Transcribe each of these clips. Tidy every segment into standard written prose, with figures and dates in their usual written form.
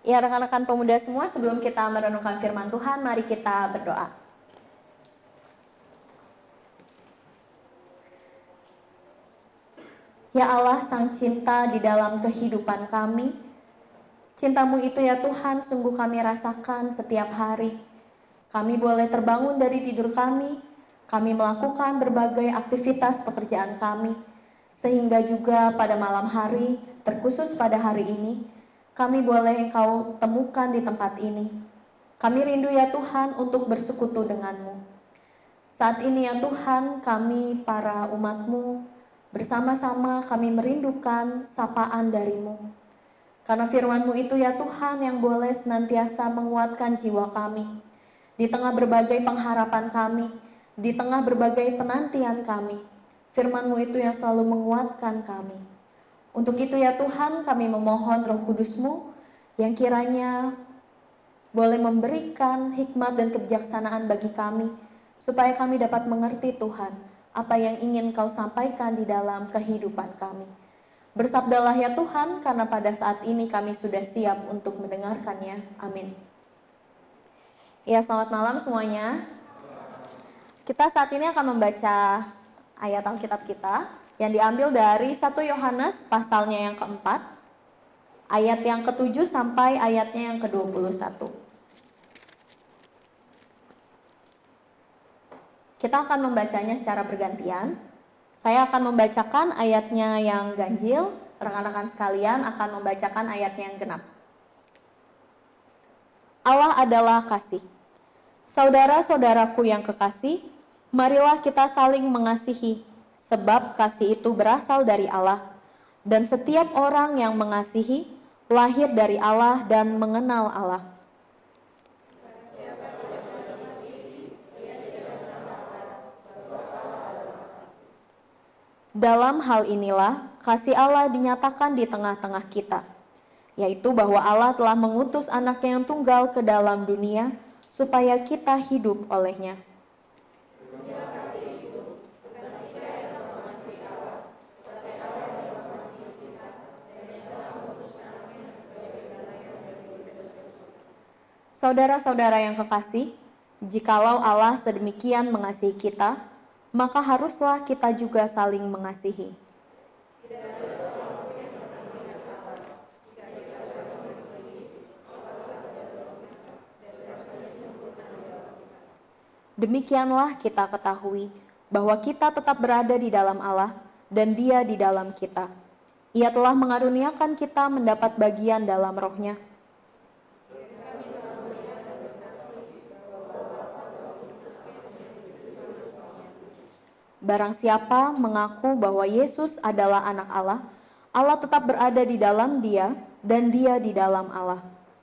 Ya, rekan-rekan pemuda semua, sebelum kita merenungkan firman Tuhan, mari kita berdoa. Ya Allah, Sang Cinta di dalam kehidupan kami, Cinta-Mu itu ya Tuhan, sungguh kami rasakan setiap hari. Kami boleh terbangun dari tidur kami melakukan berbagai aktivitas pekerjaan kami, sehingga juga pada malam hari, terkhusus pada hari ini, kami boleh Engkau temukan di tempat ini. Kami rindu ya Tuhan untuk bersekutu dengan-Mu. Saat ini ya Tuhan, kami para umat-Mu, bersama-sama kami merindukan sapaan dari-Mu. Karena firman-Mu itu ya Tuhan yang boleh senantiasa menguatkan jiwa kami. Di tengah berbagai pengharapan kami, di tengah berbagai penantian kami, firman-Mu itu yang selalu menguatkan kami. Untuk itu ya Tuhan, kami memohon Roh Kudus-Mu yang kiranya boleh memberikan hikmat dan kebijaksanaan bagi kami, supaya kami dapat mengerti Tuhan, apa yang ingin Kau sampaikan di dalam kehidupan kami. Bersabdalah ya Tuhan, karena pada saat ini kami sudah siap untuk mendengarkannya. Amin. Ya, selamat malam semuanya. Kita saat ini akan membaca ayat Alkitab kita yang diambil dari 1 Yohanes pasalnya yang keempat, ayat yang ke-7 sampai ayatnya yang ke-21. Kita akan membacanya secara bergantian. Saya akan membacakan ayatnya yang ganjil, rekan-rekan sekalian akan membacakan ayatnya yang genap. Allah adalah kasih. Saudara-saudaraku yang kekasih, marilah kita saling mengasihi, sebab kasih itu berasal dari Allah. Dan setiap orang yang mengasihi, lahir dari Allah dan mengenal Allah. Dalam hal inilah, kasih Allah dinyatakan di tengah-tengah kita, yaitu bahwa Allah telah mengutus anaknya yang tunggal ke dalam dunia, supaya kita hidup olehnya. Saudara-saudara yang kekasih, jikalau Allah sedemikian mengasihi kita, maka haruslah kita juga saling mengasihi. Demikianlah kita ketahui bahwa kita tetap berada di dalam Allah dan Dia di dalam kita. Ia telah mengaruniakan kita mendapat bagian dalam Roh-Nya. Barang siapa mengaku bahwa Yesus adalah anak Allah, Allah tetap berada di dalam Dia dan Dia di dalam Allah.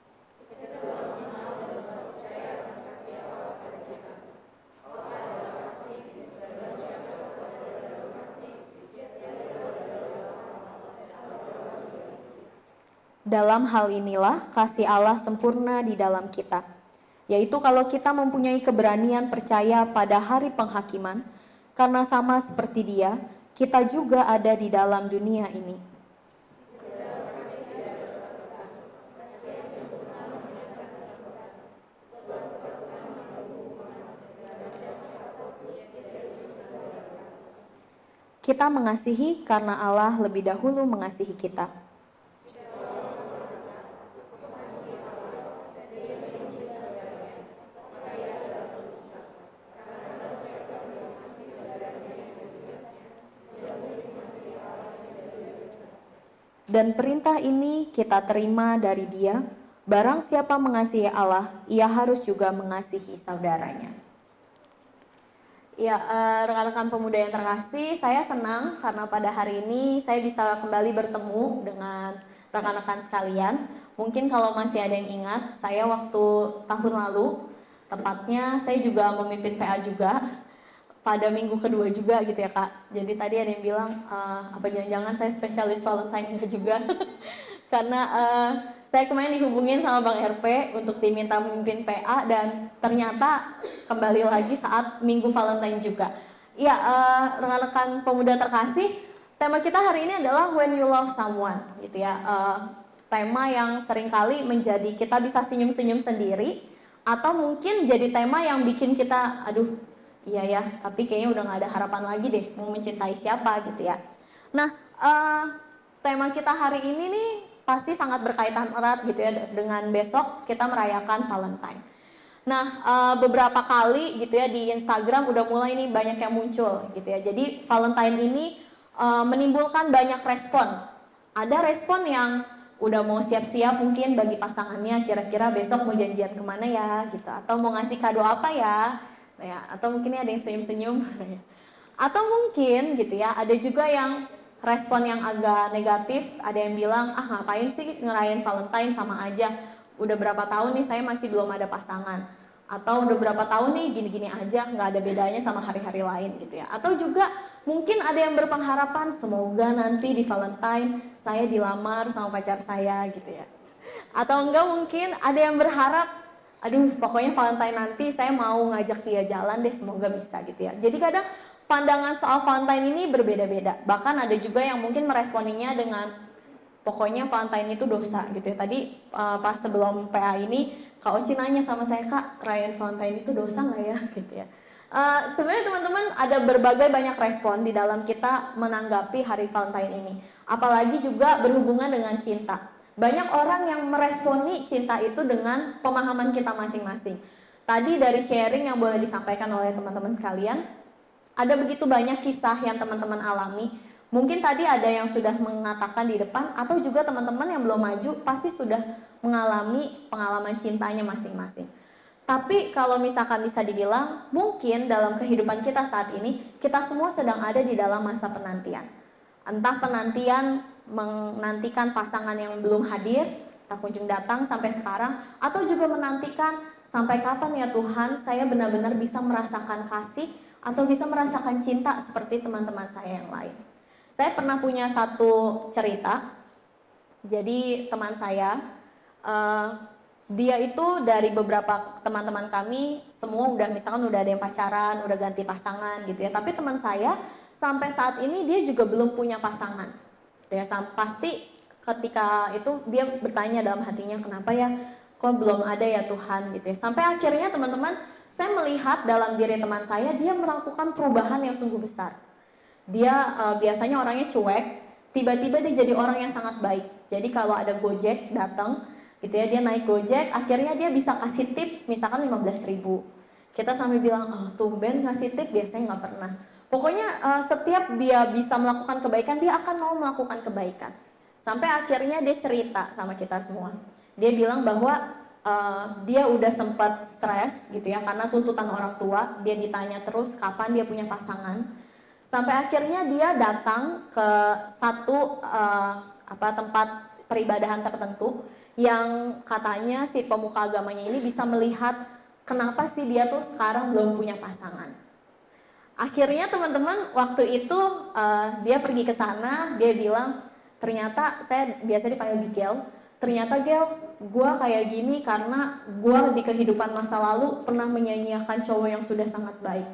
Dalam hal inilah kasih Allah sempurna di dalam kita, yaitu kalau kita mempunyai keberanian percaya pada hari penghakiman, karena sama seperti Dia, kita juga ada di dalam dunia ini. Kita mengasihi karena Allah lebih dahulu mengasihi kita. Dan perintah ini kita terima dari Dia, barang siapa mengasihi Allah, ia harus juga mengasihi saudaranya. Ya, rekan-rekan pemuda yang terkasih, saya senang karena pada hari ini saya bisa kembali bertemu dengan rekan-rekan sekalian. Mungkin kalau masih ada yang ingat, saya waktu tahun lalu, tepatnya saya juga memimpin PA juga, pada minggu kedua juga gitu ya Kak. Jadi tadi ada yang bilang, apa jangan-jangan saya spesialis Valentine juga. Karena saya kemarin dihubungin sama Bang RP untuk diminta memimpin PA dan ternyata kembali lagi saat minggu Valentine juga. Iya, rekan-rekan pemuda terkasih, tema kita hari ini adalah When You Love Someone gitu ya. tema yang seringkali menjadi kita bisa senyum-senyum sendiri, atau mungkin jadi tema yang bikin kita, aduh, iya ya, tapi kayaknya udah gak ada harapan lagi deh mau mencintai siapa gitu ya. Nah, tema kita hari ini nih pasti sangat berkaitan erat gitu ya dengan besok kita merayakan Valentine. Nah, beberapa kali gitu ya di Instagram udah mulai nih banyak yang muncul gitu ya. Jadi Valentine ini menimbulkan banyak respon. Ada respon yang udah mau siap-siap mungkin bagi pasangannya, kira-kira besok mau janjian kemana ya gitu, atau mau ngasih kado apa ya, atau mungkin ada yang senyum-senyum. Atau mungkin gitu ya, ada juga yang respon yang agak negatif, ada yang bilang, ngapain sih ngerayain Valentine, sama aja, udah berapa tahun nih saya masih belum ada pasangan, atau udah berapa tahun nih gini-gini aja, nggak ada bedanya sama hari-hari lain gitu ya. Atau juga mungkin ada yang berpengharapan, semoga nanti di Valentine saya dilamar sama pacar saya gitu ya. Atau enggak mungkin ada yang berharap, aduh pokoknya Valentine nanti saya mau ngajak dia jalan deh, semoga bisa gitu ya. Jadi kadang pandangan soal Valentine ini berbeda-beda. Bahkan ada juga yang mungkin meresponinya dengan pokoknya Valentine itu dosa gitu ya. Tadi pas sebelum PA ini Kak Oci nanya sama saya, Kak, rayain Valentine itu dosa nggak ya gitu ya. Sebenarnya teman-teman ada berbagai banyak respon di dalam kita menanggapi hari Valentine ini. Apalagi juga berhubungan dengan cinta. Banyak orang yang meresponi cinta itu dengan pemahaman kita masing-masing. Tadi dari sharing yang boleh disampaikan oleh teman-teman sekalian, ada begitu banyak kisah yang teman-teman alami. Mungkin tadi ada yang sudah mengatakan di depan, atau juga teman-teman yang belum maju pasti sudah mengalami pengalaman cintanya masing-masing. Tapi kalau misalkan bisa dibilang, mungkin dalam kehidupan kita saat ini, kita semua sedang ada di dalam masa penantian. Entah penantian menantikan pasangan yang belum hadir, tak kunjung datang sampai sekarang, atau juga menantikan sampai kapan ya Tuhan saya benar-benar bisa merasakan kasih atau bisa merasakan cinta seperti teman-teman saya yang lain. Saya pernah punya satu cerita. Jadi teman saya, dia itu dari beberapa teman-teman kami semua misalkan udah ada yang pacaran, udah ganti pasangan gitu ya. Tapi teman saya sampai saat ini dia juga belum punya pasangan. Gitu ya. Pasti ketika itu dia bertanya dalam hatinya, kenapa ya kok belum ada ya Tuhan gitu ya. Sampai akhirnya teman-teman, saya melihat dalam diri teman saya, dia melakukan perubahan yang sungguh besar. Dia biasanya orangnya cuek, tiba-tiba dia jadi orang yang sangat baik. Jadi kalau ada Gojek datang, gitu ya, dia naik Gojek, akhirnya dia bisa kasih tip misalkan 15.000. Kita sampai bilang, tumben ngasih tip, biasanya nggak pernah. Pokoknya setiap dia bisa melakukan kebaikan, dia akan mau melakukan kebaikan. Sampai akhirnya dia cerita sama kita semua. Dia bilang bahwa dia udah sempat stres gitu ya karena tuntutan orang tua. Dia ditanya terus kapan dia punya pasangan. Sampai akhirnya dia datang ke satu tempat peribadahan tertentu yang katanya si pemuka agamanya ini bisa melihat kenapa sih dia tuh sekarang belum punya pasangan. Akhirnya teman-teman waktu itu dia pergi ke sana, dia bilang ternyata saya biasa dipanggil Bigel. Ternyata Gel, gue kayak gini karena gue di kehidupan masa lalu pernah menyanyiakan cowok yang sudah sangat baik.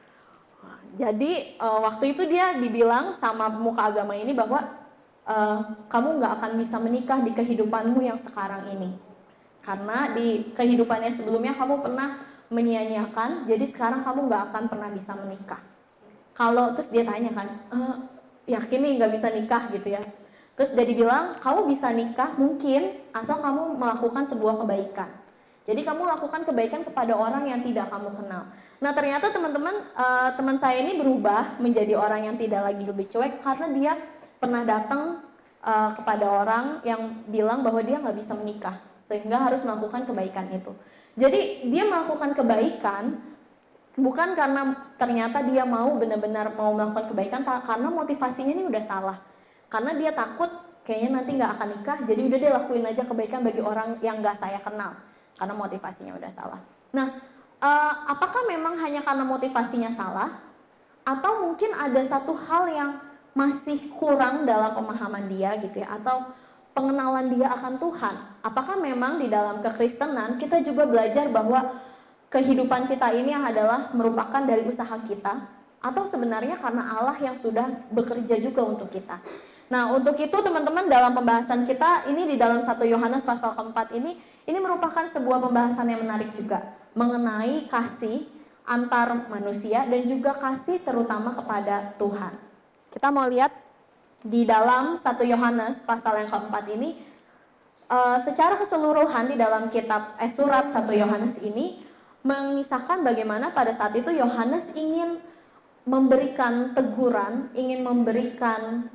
Jadi waktu itu dia dibilang sama pemuka agama ini bahwa kamu gak akan bisa menikah di kehidupanmu yang sekarang ini. Karena di kehidupannya sebelumnya kamu pernah menyia-nyiakan, jadi sekarang kamu gak akan pernah bisa menikah. Terus dia tanya kan, yakin nih gak bisa nikah gitu ya. Terus dia dibilang, kamu bisa nikah mungkin asal kamu melakukan sebuah kebaikan. Jadi kamu lakukan kebaikan kepada orang yang tidak kamu kenal. Nah ternyata teman-teman, teman saya ini berubah menjadi orang yang tidak lagi lebih cuek karena dia pernah datang kepada orang yang bilang bahwa dia nggak bisa menikah, sehingga harus melakukan kebaikan itu. Jadi dia melakukan kebaikan bukan karena ternyata dia mau benar-benar mau melakukan kebaikan, karena motivasinya ini udah salah. Karena dia takut kayaknya nanti nggak akan nikah, jadi udah dia lakuin aja kebaikan bagi orang yang nggak saya kenal, karena motivasinya udah salah. Nah, apakah memang hanya karena motivasinya salah, atau mungkin ada satu hal yang masih kurang dalam pemahaman dia gitu ya, atau pengenalan dia akan Tuhan? Apakah memang di dalam kekristenan kita juga belajar bahwa kehidupan kita ini adalah merupakan dari usaha kita, atau sebenarnya karena Allah yang sudah bekerja juga untuk kita? Nah, untuk itu teman-teman dalam pembahasan kita ini di dalam 1 Yohanes pasal keempat ini merupakan sebuah pembahasan yang menarik juga mengenai kasih antar manusia dan juga kasih terutama kepada Tuhan. Kita mau lihat di dalam 1 Yohanes pasal yang keempat ini secara keseluruhan di dalam surat 1 Yohanes ini mengisahkan bagaimana pada saat itu Yohanes ingin memberikan teguran, ingin memberikan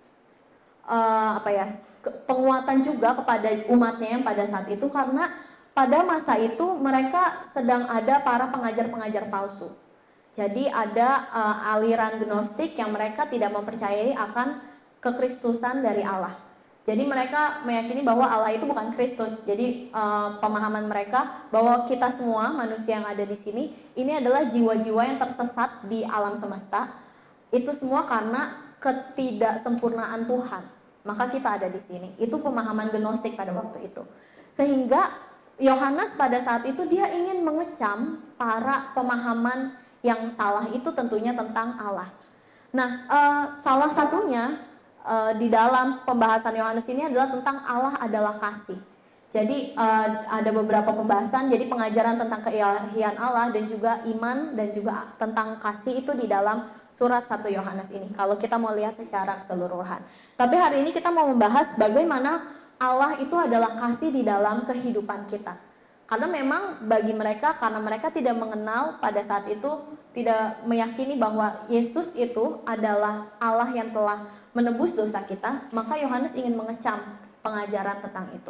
penguatan juga kepada umatnya yang pada saat itu, karena pada masa itu mereka sedang ada para pengajar-pengajar palsu. Jadi ada aliran gnostik yang mereka tidak mempercayai akan kekristusan dari Allah. Jadi mereka meyakini bahwa Allah itu bukan Kristus. Jadi pemahaman mereka bahwa kita semua manusia yang ada di sini ini adalah jiwa-jiwa yang tersesat di alam semesta. Itu semua karena ketidaksempurnaan Tuhan. Maka kita ada di sini. Itu pemahaman gnostik pada waktu itu. Sehingga Yohanes pada saat itu dia ingin mengecam para pemahaman yang salah itu tentunya tentang Allah. Nah, salah satunya di dalam pembahasan Yohanes ini adalah tentang Allah adalah kasih. Jadi ada beberapa pembahasan, jadi pengajaran tentang keilahian Allah dan juga iman dan juga tentang kasih itu di dalam surat 1 Yohanes ini. Kalau kita mau lihat secara keseluruhan. Tapi hari ini kita mau membahas bagaimana Allah itu adalah kasih di dalam kehidupan kita. Karena memang bagi mereka, karena mereka tidak mengenal pada saat itu, tidak meyakini bahwa Yesus itu adalah Allah yang telah menebus dosa kita, maka Yohanes ingin mengecam pengajaran tentang itu.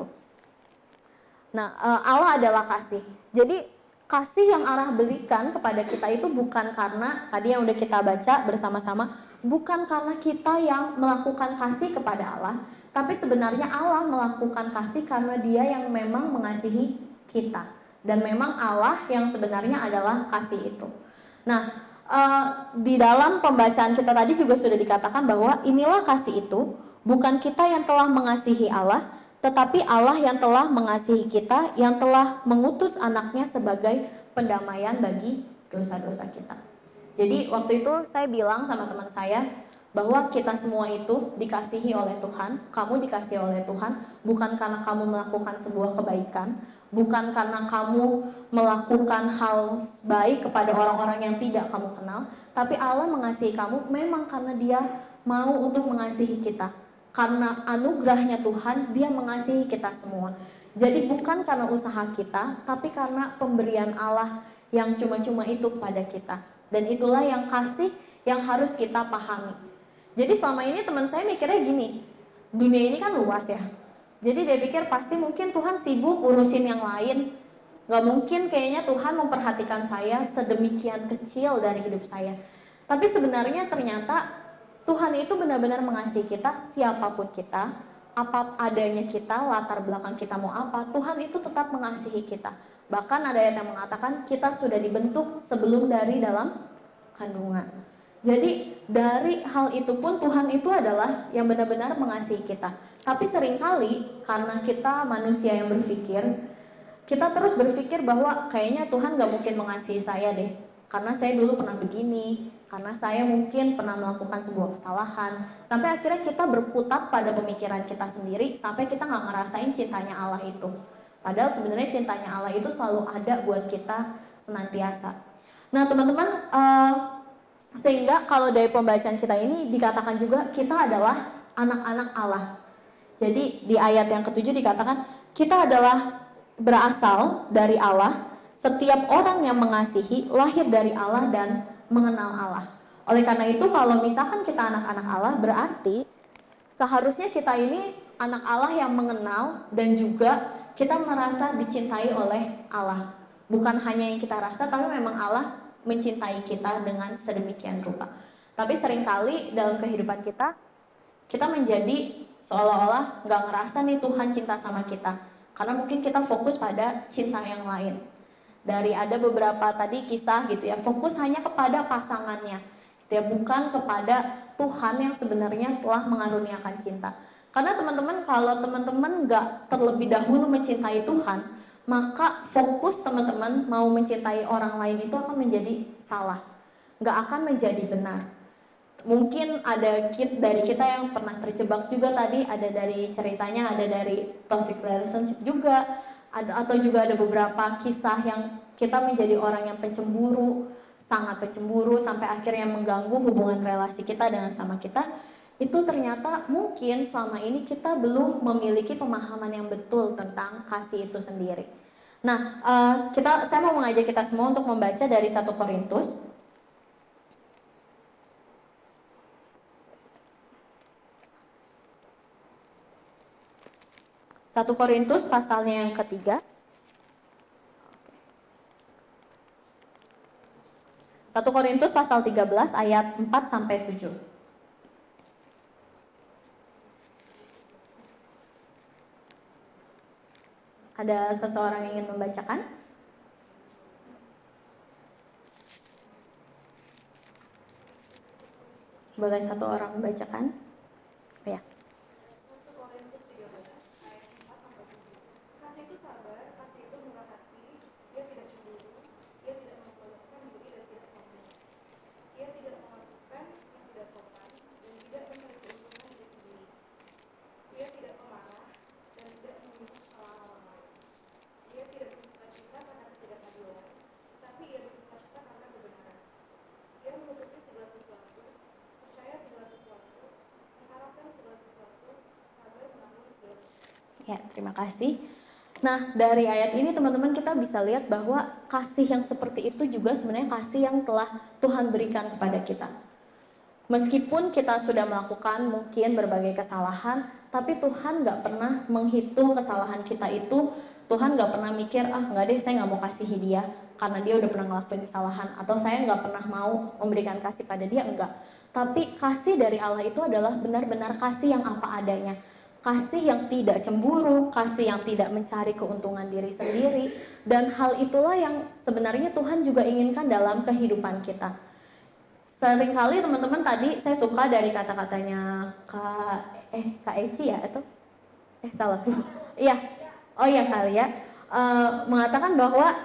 Nah, Allah adalah kasih. Jadi kasih yang Allah berikan kepada kita itu bukan karena tadi yang udah kita baca bersama-sama, bukan karena kita yang melakukan kasih kepada Allah, tapi sebenarnya Allah melakukan kasih karena Dia yang memang mengasihi kita. Dan memang Allah yang sebenarnya adalah kasih itu. Nah, di dalam pembacaan kita tadi juga sudah dikatakan bahwa inilah kasih itu, bukan kita yang telah mengasihi Allah, tetapi Allah yang telah mengasihi kita, yang telah mengutus anaknya sebagai pendamaian bagi dosa-dosa kita. Jadi waktu itu saya bilang sama teman saya bahwa kita semua itu dikasihi oleh Tuhan. Kamu dikasihi oleh Tuhan bukan karena kamu melakukan sebuah kebaikan, bukan karena kamu melakukan hal baik kepada orang-orang yang tidak kamu kenal, tapi Allah mengasihi kamu memang karena Dia mau untuk mengasihi kita. Karena anugerahnya Tuhan, Dia mengasihi kita semua. Jadi bukan karena usaha kita, tapi karena pemberian Allah yang cuma-cuma itu kepada kita. Dan itulah yang kasih yang harus kita pahami. Jadi selama ini teman saya mikirnya gini, dunia ini kan luas ya. Jadi dia pikir pasti mungkin Tuhan sibuk urusin yang lain. Gak mungkin kayaknya Tuhan memperhatikan saya sedemikian kecil dari hidup saya. Tapi sebenarnya ternyata Tuhan itu benar-benar mengasihi kita, siapapun kita, apa adanya kita, latar belakang kita mau apa, Tuhan itu tetap mengasihi kita. Bahkan ada ayat yang mengatakan kita sudah dibentuk sebelum dari dalam kandungan. Jadi dari hal itu pun Tuhan itu adalah yang benar-benar mengasihi kita. Tapi seringkali karena kita manusia yang berpikir, kita terus berpikir bahwa kayaknya Tuhan gak mungkin mengasihi saya deh. Karena saya dulu pernah begini, karena saya mungkin pernah melakukan sebuah kesalahan. Sampai akhirnya kita berkutat pada pemikiran kita sendiri, sampai kita gak ngerasain cintanya Allah itu. Padahal sebenarnya cintanya Allah itu selalu ada buat kita senantiasa. Nah teman-teman, sehingga kalau dari pembacaan kita ini dikatakan juga kita adalah anak-anak Allah. Jadi di ayat yang ke-7 dikatakan kita adalah berasal dari Allah. Setiap orang yang mengasihi lahir dari Allah dan mengenal Allah. Oleh karena itu kalau misalkan kita anak-anak Allah, berarti seharusnya kita ini anak Allah yang mengenal dan juga kita merasa dicintai oleh Allah. Bukan hanya yang kita rasa, tapi memang Allah mencintai kita dengan sedemikian rupa. Tapi seringkali dalam kehidupan kita menjadi seolah-olah gak ngerasa nih Tuhan cinta sama kita. Karena mungkin kita fokus pada cinta yang lain. Dari ada beberapa tadi kisah gitu ya, fokus hanya kepada pasangannya gitu ya, bukan kepada Tuhan yang sebenarnya telah mengaruniakan cinta. Karena teman-teman, kalau teman-teman gak terlebih dahulu mencintai Tuhan, maka fokus teman-teman mau mencintai orang lain itu akan menjadi salah, gak akan menjadi benar. mungkin ada dari kita yang pernah terjebak juga tadi, ada dari ceritanya, ada dari toxic relationship juga, atau juga ada beberapa kisah yang kita menjadi orang yang pencemburu, sangat pencemburu sampai akhirnya mengganggu hubungan relasi kita dengan sama kita. Itu ternyata mungkin selama ini kita belum memiliki pemahaman yang betul tentang kasih itu sendiri. Nah, saya mau mengajak kita semua untuk membaca dari 1 Korintus. 1 Korintus pasalnya yang ketiga. 1 Korintus pasal 13 ayat 4-7. Ada seseorang yang ingin membacakan? Boleh satu orang membacakan? Ya. Ya, terima kasih. Nah, dari ayat ini teman-teman kita bisa lihat bahwa kasih yang seperti itu juga sebenarnya kasih yang telah Tuhan berikan kepada kita. Meskipun kita sudah melakukan mungkin berbagai kesalahan, tapi Tuhan gak pernah menghitung kesalahan kita itu. Tuhan gak pernah mikir, nggak deh saya gak mau kasihi dia karena dia udah pernah ngelakuin kesalahan, atau saya gak pernah mau memberikan kasih pada dia, enggak. Tapi kasih dari Allah itu adalah benar-benar kasih yang apa adanya. Kasih yang tidak cemburu, kasih yang tidak mencari keuntungan diri sendiri, dan hal itulah yang sebenarnya Tuhan juga inginkan dalam kehidupan kita. Seringkali teman-teman tadi saya suka dari kata-katanya Kak Eci ya, atau salah. Iya. Oh iya kali ya. Mengatakan bahwa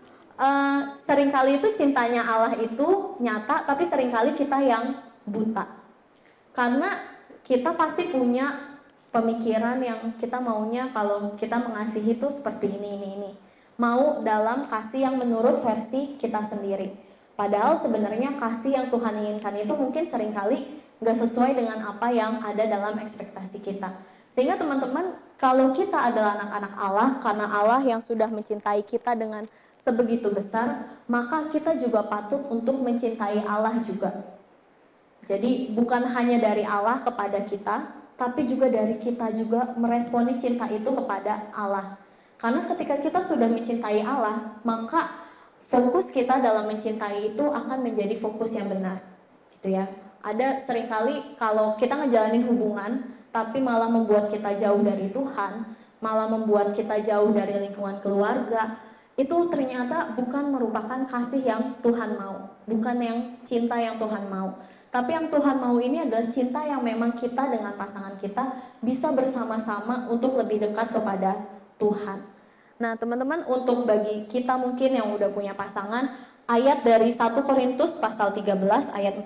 seringkali itu cintanya Allah itu nyata, tapi seringkali kita yang buta. Karena kita pasti punya pemikiran yang kita maunya kalau kita mengasihi itu seperti ini. Mau dalam kasih yang menurut versi kita sendiri. Padahal sebenarnya kasih yang Tuhan inginkan itu mungkin seringkali gak sesuai dengan apa yang ada dalam ekspektasi kita. Sehingga teman-teman, kalau kita adalah anak-anak Allah, karena Allah yang sudah mencintai kita dengan sebegitu besar, maka kita juga patut untuk mencintai Allah juga. Jadi bukan hanya dari Allah kepada kita, tapi juga dari kita juga meresponi cinta itu kepada Allah. Karena ketika kita sudah mencintai Allah, maka fokus kita dalam mencintai itu akan menjadi fokus yang benar, gitu ya. Ada seringkali kalau kita ngejalanin hubungan, tapi malah membuat kita jauh dari Tuhan, malah membuat kita jauh dari lingkungan keluarga, itu ternyata bukan merupakan kasih yang Tuhan mau, bukan yang cinta yang Tuhan mau. Tapi yang Tuhan mau ini adalah cinta yang memang kita dengan pasangan kita bisa bersama-sama untuk lebih dekat kepada Tuhan. Nah teman-teman, untuk bagi kita mungkin yang udah punya pasangan, ayat dari 1 Korintus pasal 13 ayat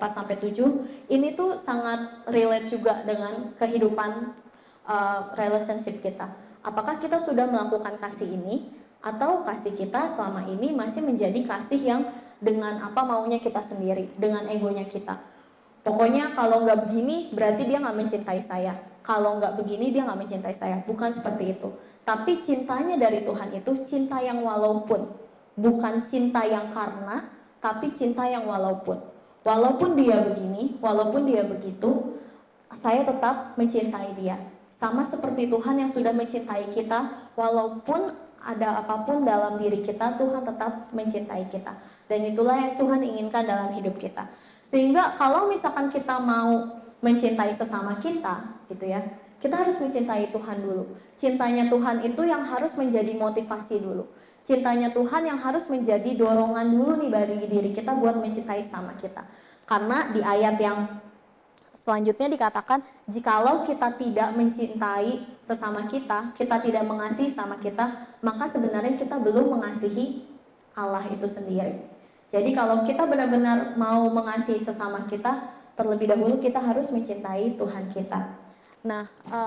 4-7 ini tuh sangat relate juga dengan kehidupan relationship kita. Apakah kita sudah melakukan kasih ini, atau kasih kita selama ini masih menjadi kasih yang dengan apa maunya kita sendiri, dengan egonya kita. Pokoknya kalau nggak begini berarti dia nggak mencintai saya. Kalau nggak begini dia nggak mencintai saya. Bukan seperti itu. Tapi cintanya dari Tuhan itu cinta yang walaupun. Bukan cinta yang karena, tapi cinta yang walaupun. Walaupun dia begini, walaupun dia begitu, saya tetap mencintai dia. Sama seperti Tuhan yang sudah mencintai kita, walaupun ada apapun dalam diri kita, Tuhan tetap mencintai kita. Dan itulah yang Tuhan inginkan dalam hidup kita. Sehingga kalau misalkan kita mau mencintai sesama kita, gitu ya, kita harus mencintai Tuhan dulu. Cintanya Tuhan itu yang harus menjadi motivasi dulu. Cintanya Tuhan yang harus menjadi dorongan dulu nih bagi diri kita buat mencintai sama kita. Karena di ayat yang selanjutnya dikatakan, jikalau kita tidak mencintai sesama kita, kita tidak mengasihi sama kita, maka sebenarnya kita belum mengasihi Allah itu sendiri. Jadi kalau kita benar-benar mau mengasihi sesama kita, terlebih dahulu kita harus mencintai Tuhan kita. Nah,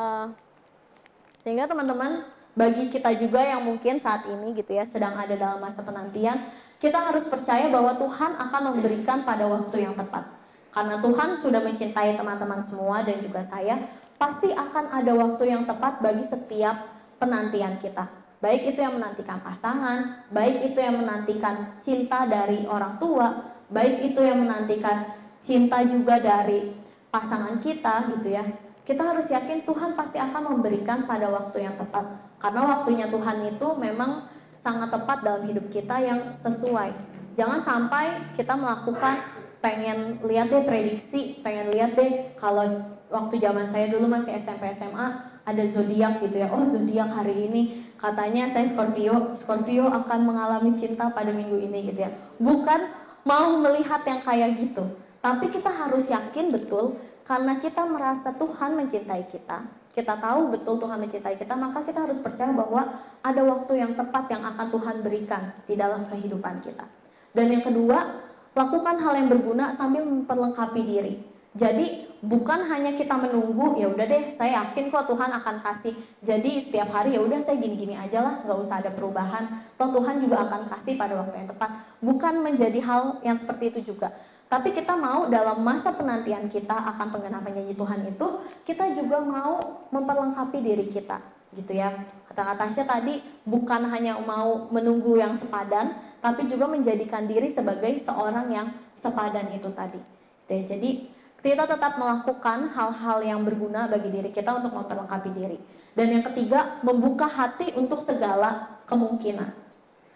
sehingga teman-teman, bagi kita juga yang mungkin saat ini gitu ya sedang ada dalam masa penantian, kita harus percaya bahwa Tuhan akan memberikan pada waktu yang tepat. Karena Tuhan sudah mencintai teman-teman semua dan juga saya, pasti akan ada waktu yang tepat bagi setiap penantian kita. Baik itu yang menantikan pasangan, baik itu yang menantikan cinta dari orang tua, baik itu yang menantikan cinta juga dari pasangan kita gitu ya. Kita harus yakin Tuhan pasti akan memberikan pada waktu yang tepat. Karena waktunya Tuhan itu memang sangat tepat dalam hidup kita yang sesuai. Jangan sampai kita melakukan pengen lihat deh prediksi, pengen lihat deh kalau waktu zaman saya dulu masih SMP SMA ada zodiak gitu ya. Oh, zodiak hari ini katanya saya Scorpio akan mengalami cinta pada minggu ini gitu ya. Bukan mau melihat yang kayak gitu, tapi kita harus yakin betul. Karena kita merasa Tuhan mencintai kita tahu betul Tuhan mencintai kita, maka kita harus percaya bahwa ada waktu yang tepat yang akan Tuhan berikan di dalam kehidupan kita. Dan yang kedua, lakukan hal yang berguna sambil memperlengkapi diri. Jadi bukan hanya kita menunggu, ya udah deh saya yakin kok Tuhan akan kasih. Jadi setiap hari ya udah saya gini-gini aja lah, nggak usah ada perubahan. Toh Tuhan juga akan kasih pada waktu yang tepat. Bukan menjadi hal yang seperti itu juga. Tapi kita mau dalam masa penantian kita akan penggenapan janji Tuhan itu, kita juga mau memperlengkapi diri kita, gitu ya. Kata Tasya tadi, bukan hanya mau menunggu yang sepadan, tapi juga menjadikan diri sebagai seorang yang sepadan itu tadi. Jadi kita tetap melakukan hal-hal yang berguna bagi diri kita untuk memperlengkapi diri. Dan yang ketiga, membuka hati untuk segala kemungkinan.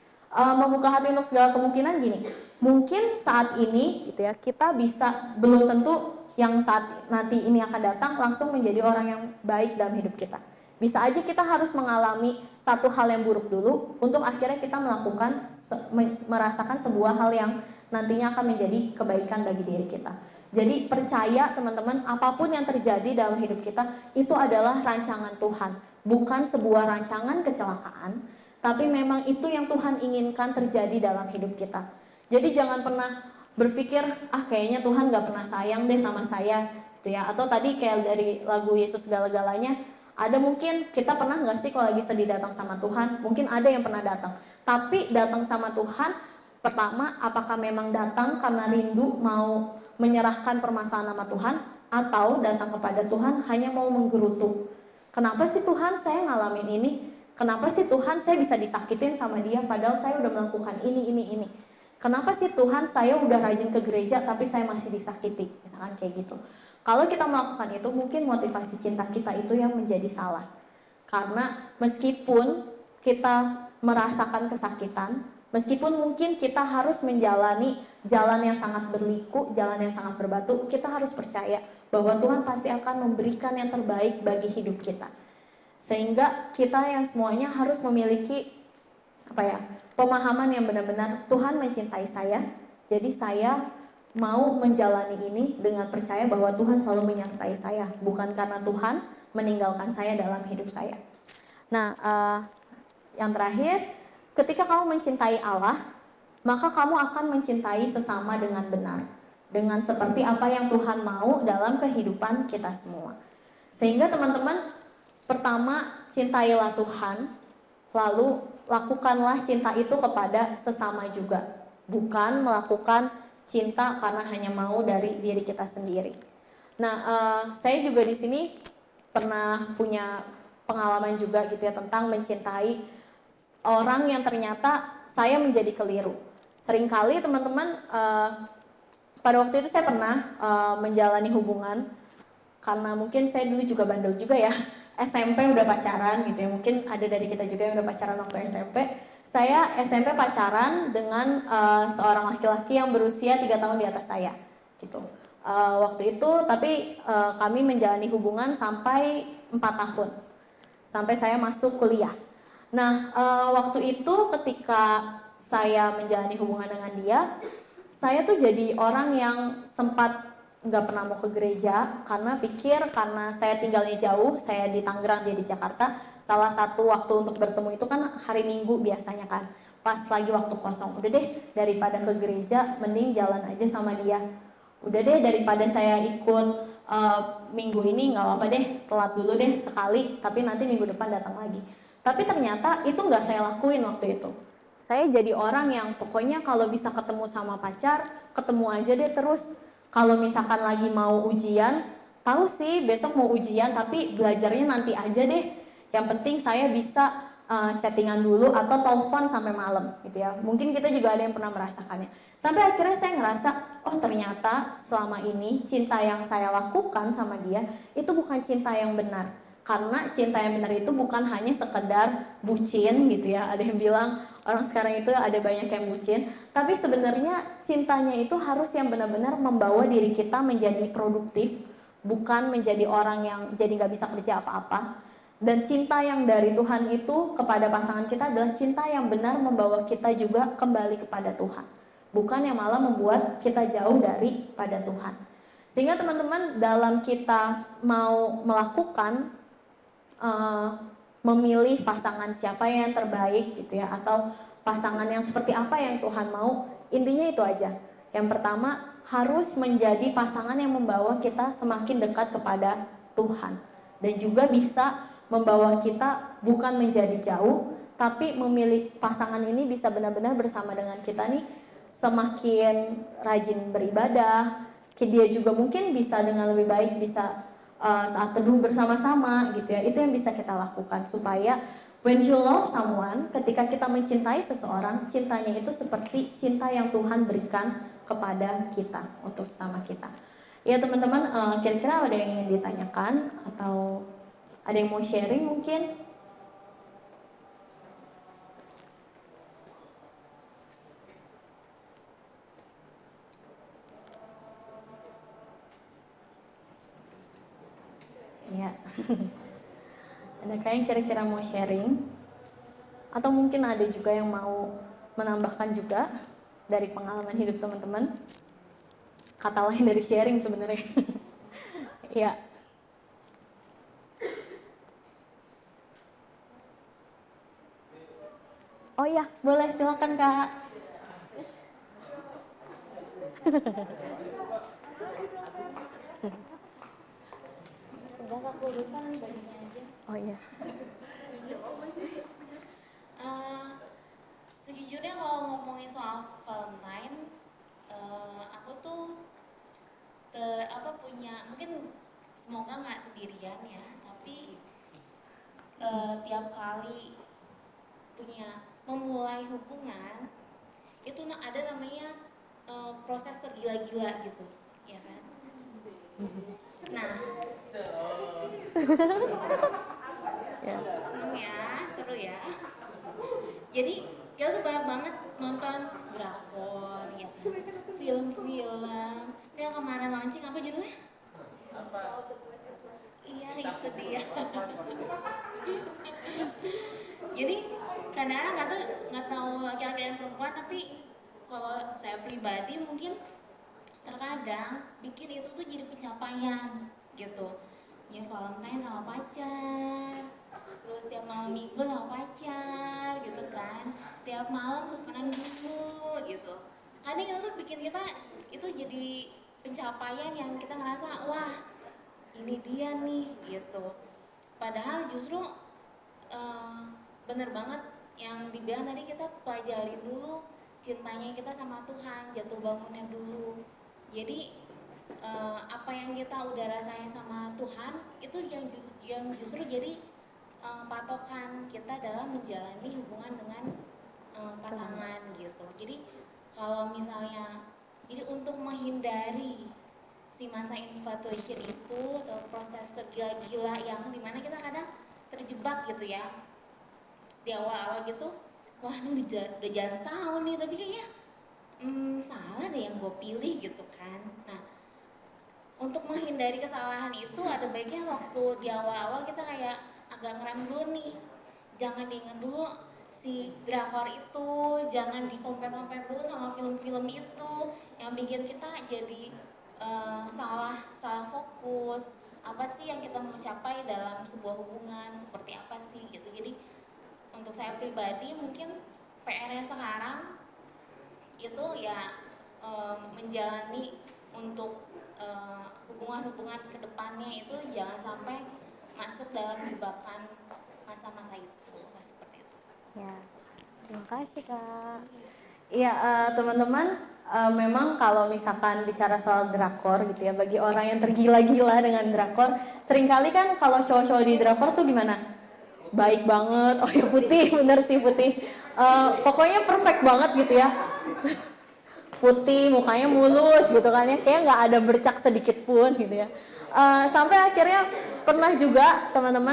Membuka hati untuk segala kemungkinan gini, mungkin saat ini gitu ya kita bisa belum tentu yang saat nanti ini akan datang langsung menjadi orang yang baik dalam hidup kita. Bisa aja kita harus mengalami satu hal yang buruk dulu untuk akhirnya kita merasakan sebuah hal yang nantinya akan menjadi kebaikan bagi diri kita. Jadi percaya teman-teman, apapun yang terjadi dalam hidup kita itu adalah rancangan Tuhan, bukan sebuah rancangan kecelakaan. Tapi memang itu yang Tuhan inginkan terjadi dalam hidup kita. Jadi jangan pernah berpikir, kayaknya Tuhan gak pernah sayang deh sama saya gitu ya. Atau tadi kayak dari lagu Yesus segala-galanya, ada mungkin kita pernah gak sih kalau lagi sedih datang sama Tuhan? Mungkin ada yang pernah datang. Tapi datang sama Tuhan, pertama apakah memang datang karena rindu mau menyerahkan permasalahan sama Tuhan, atau datang kepada Tuhan hanya mau menggerutu. Kenapa sih Tuhan saya ngalamin ini? Kenapa sih Tuhan saya bisa disakitin sama dia padahal saya udah melakukan ini. Kenapa sih Tuhan saya udah rajin ke gereja tapi saya masih disakiti? Misalkan kayak gitu. Kalau kita melakukan itu mungkin motivasi cinta kita itu yang menjadi salah. Karena meskipun kita merasakan kesakitan, meskipun mungkin kita harus menjalani jalan yang sangat berliku, jalan yang sangat berbatu, kita harus percaya bahwa Tuhan pasti akan memberikan yang terbaik bagi hidup kita. Sehingga kita yang semuanya harus memiliki pemahaman yang benar-benar Tuhan mencintai saya. Jadi saya mau menjalani ini dengan percaya bahwa Tuhan selalu menyertai saya, bukan karena Tuhan meninggalkan saya dalam hidup saya. Nah, yang terakhir, ketika kamu mencintai Allah, maka kamu akan mencintai sesama dengan benar, dengan seperti apa yang Tuhan mau dalam kehidupan kita semua. Sehingga teman-teman, pertama, cintailah Tuhan, lalu lakukanlah cinta itu kepada sesama juga. Bukan melakukan cinta karena hanya mau dari diri kita sendiri. Nah, saya juga di sini pernah punya pengalaman juga gitu ya tentang mencintai orang yang ternyata saya menjadi keliru. Seringkali teman-teman, pada waktu itu saya pernah menjalani hubungan, karena mungkin saya dulu juga bandel juga ya. SMP udah pacaran gitu ya, mungkin ada dari kita juga yang udah pacaran waktu SMP. Saya SMP pacaran dengan seorang laki-laki yang berusia 3 tahun di atas saya gitu. Waktu itu tapi kami menjalani hubungan sampai 4 tahun, sampai saya masuk kuliah. Nah, waktu itu ketika saya menjalani hubungan dengan dia, saya tuh jadi orang yang sempat nggak pernah mau ke gereja karena saya tinggalnya jauh, saya di Tangerang, dia di Jakarta. Salah satu waktu untuk bertemu itu kan hari Minggu biasanya kan, pas lagi waktu kosong. Udah deh, daripada ke gereja mending jalan aja sama dia. Udah deh, daripada saya ikut minggu ini nggak apa-apa deh, telat dulu deh sekali, tapi nanti minggu depan datang lagi. Tapi ternyata itu nggak saya lakuin waktu itu. Saya jadi orang yang pokoknya kalau bisa ketemu sama pacar, ketemu aja deh terus. Kalau misalkan lagi mau ujian, tahu sih besok mau ujian tapi belajarnya nanti aja deh. Yang penting saya bisa chattingan dulu atau telepon sampai malam gitu ya. Mungkin kita juga ada yang pernah merasakannya. Sampai akhirnya saya ngerasa, oh ternyata selama ini cinta yang saya lakukan sama dia itu bukan cinta yang benar. Karena cinta yang benar itu bukan hanya sekedar bucin gitu ya. Ada yang bilang orang sekarang itu ada banyak yang bucin, tapi sebenarnya cintanya itu harus yang benar-benar membawa diri kita menjadi produktif, bukan menjadi orang yang jadi nggak bisa kerja apa-apa. Dan cinta yang dari Tuhan itu kepada pasangan kita adalah cinta yang benar membawa kita juga kembali kepada Tuhan, bukan yang malah membuat kita jauh daripada Tuhan. Sehingga teman-teman dalam kita mau melakukan memilih pasangan siapa yang terbaik gitu ya, atau pasangan yang seperti apa yang Tuhan mau, intinya itu aja. Yang pertama, harus menjadi pasangan yang membawa kita semakin dekat kepada Tuhan dan juga bisa membawa kita bukan menjadi jauh, tapi memilih pasangan ini bisa benar-benar bersama dengan kita nih semakin rajin beribadah. Dia juga mungkin bisa dengan lebih baik bisa saat teduh bersama-sama gitu ya. Itu yang bisa kita lakukan supaya when you love someone, ketika kita mencintai seseorang, cintanya itu seperti cinta yang Tuhan berikan kepada kita, untuk sama kita. Ya teman-teman, kira-kira ada yang ingin ditanyakan atau ada yang mau sharing mungkin? Ya. Ada yang kira-kira mau sharing? Atau mungkin ada juga yang mau menambahkan juga dari pengalaman hidup teman-teman? Kata lain dari sharing sebenarnya. Ya. Oh iya, boleh silakan Kak. Enggak Kak, urusan bajunya aja. Oh iya. Sejujurnya kalau ngomongin soal Valentine, aku tuh punya, mungkin semoga nggak sendirian ya, tapi tiap kali punya memulai hubungan itu ada namanya proses tergila-gila gitu, ya kan? Nah, seru ya. Jadi kita tuh banyak banget nonton drakor, ya kan? Film-film. Yang kemarin launching apa judulnya? Iya, itu dia. Jadi kadang-kadang nggak tahu laki-laki dan perempuan, tapi kalau saya pribadi mungkin terkadang bikin itu tuh jadi pencapaian gitu. Ya Valentine sama pacar, terus tiap malam minggu sama pacar gitu kan, tiap malam teleponan dulu gitu. Kadang itu tuh bikin kita itu jadi pencapaian yang kita ngerasa wah ini dia nih gitu. Padahal justru bener banget yang dibilang tadi, kita pelajari dulu cintanya kita sama Tuhan, jatuh bangunnya dulu. Jadi apa yang kita udah rasain sama Tuhan itu yang justru jadi patokan kita dalam menjalani hubungan dengan pasangan gitu. Jadi kalau misalnya, jadi untuk menghindari si masa infatuation itu atau proses tergila-gila yang dimana kita kadang terjebak gitu ya di awal-awal gitu, wah ini udah jalan setahun nih tapi kayaknya salah deh yang gue pilih gitu kan. Nah, untuk menghindari kesalahan itu ada baiknya waktu di awal-awal kita kayak agak ngerem dulu nih, jangan diinget dulu si drakor itu, jangan di-compare dulu sama film-film itu yang bikin kita jadi salah fokus. Apa sih yang kita mau capai dalam sebuah hubungan, seperti apa sih gitu. Jadi untuk saya pribadi mungkin PR-nya sekarang itu ya menjalani untuk hubungan-hubungan kedepannya itu jangan sampai masuk dalam jebakan masa-masa itu, seperti itu. Ya, terima kasih Kak. Iya, teman-teman, memang kalau misalkan bicara soal drakor gitu ya, bagi orang yang tergila-gila dengan drakor, seringkali kan kalau cowok-cowok di drakor tuh gimana? Baik banget, oh ya putih, bener sih putih. Pokoknya perfect banget gitu ya. Putih, mukanya mulus gitu kan ya, kayak nggak ada bercak sedikit pun gitu ya. Sampai akhirnya pernah juga teman-teman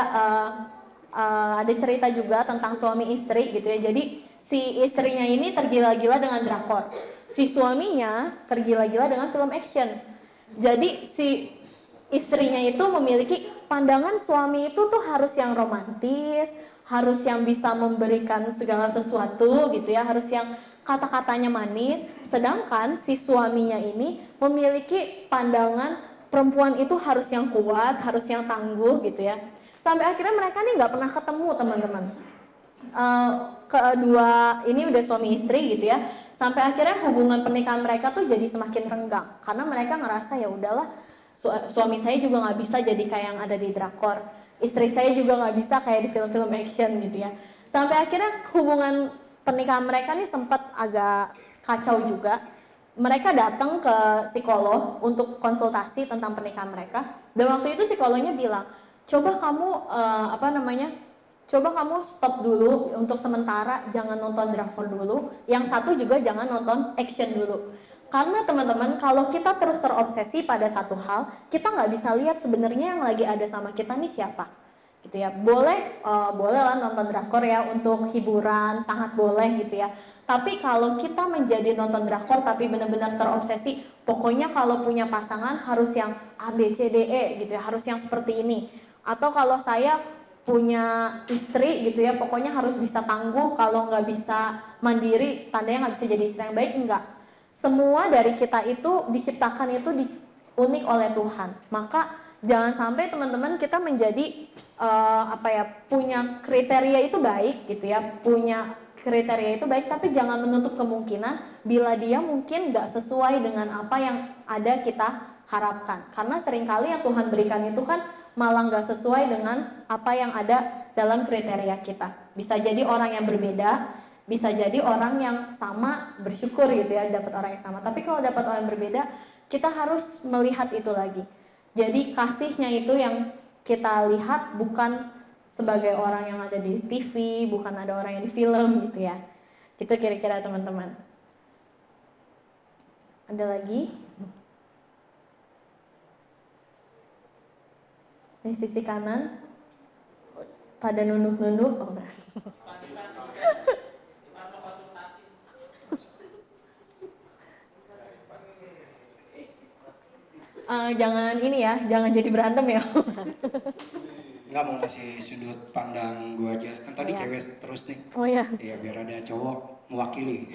ada cerita juga tentang suami istri gitu ya. Jadi si istrinya ini tergila-gila dengan drakor, si suaminya tergila-gila dengan film action. Jadi si istrinya itu memiliki pandangan suami itu tuh harus yang romantis, harus yang bisa memberikan segala sesuatu gitu ya, harus yang kata-katanya manis, sedangkan si suaminya ini memiliki pandangan perempuan itu harus yang kuat, harus yang tangguh gitu ya. Sampai akhirnya mereka nih nggak pernah ketemu teman-teman. Kedua ini udah suami istri gitu ya. Sampai akhirnya hubungan pernikahan mereka tuh jadi semakin renggang karena mereka ngerasa ya udahlah, suami saya juga nggak bisa jadi kayak yang ada di drakor, istri saya juga nggak bisa kayak di film-film action gitu ya. Sampai akhirnya hubungan pernikahan mereka nih sempat agak kacau juga. Mereka datang ke psikolog untuk konsultasi tentang pernikahan mereka, dan waktu itu psikolognya bilang, coba kamu coba kamu stop dulu untuk sementara, jangan nonton drakor dulu, yang satu juga jangan nonton action dulu. Karena teman-teman, kalau kita terus terobsesi pada satu hal, kita nggak bisa lihat sebenarnya yang lagi ada sama kita nih siapa, gitu ya. Boleh lah nonton drakor ya untuk hiburan, sangat boleh gitu ya. Tapi kalau kita menjadi nonton drakor tapi benar-benar terobsesi, pokoknya kalau punya pasangan harus yang A B C D E gitu ya, harus yang seperti ini. Atau kalau saya punya istri gitu ya, pokoknya harus bisa tangguh, kalau nggak bisa mandiri, tandanya nggak bisa jadi istri yang baik. Enggak. Semua dari kita itu diciptakan itu unik oleh Tuhan. Maka jangan sampai teman-teman kita menjadi punya kriteria itu baik gitu ya, punya kriteria itu baik, tapi jangan menutup kemungkinan bila dia mungkin nggak sesuai dengan apa yang ada kita harapkan. Karena seringkali yang Tuhan berikan itu kan malah nggak sesuai dengan apa yang ada dalam kriteria kita. Bisa jadi orang yang berbeda, bisa jadi orang yang sama, bersyukur gitu ya dapat orang yang sama. Tapi kalau dapat orang yang berbeda, kita harus melihat itu lagi. Jadi kasihnya itu yang kita lihat bukan sebagai orang yang ada di TV, bukan ada orang yang di film gitu ya. Itu kira-kira teman-teman. Ada lagi? Di sisi kanan pada nunduk-nunduk. Oh, jangan ini ya, jangan jadi berantem ya. Nggak mau ngasih sudut pandang gue aja, kan tadi cewek terus nih. Oh iya. Iya, biar ada cowok mewakili.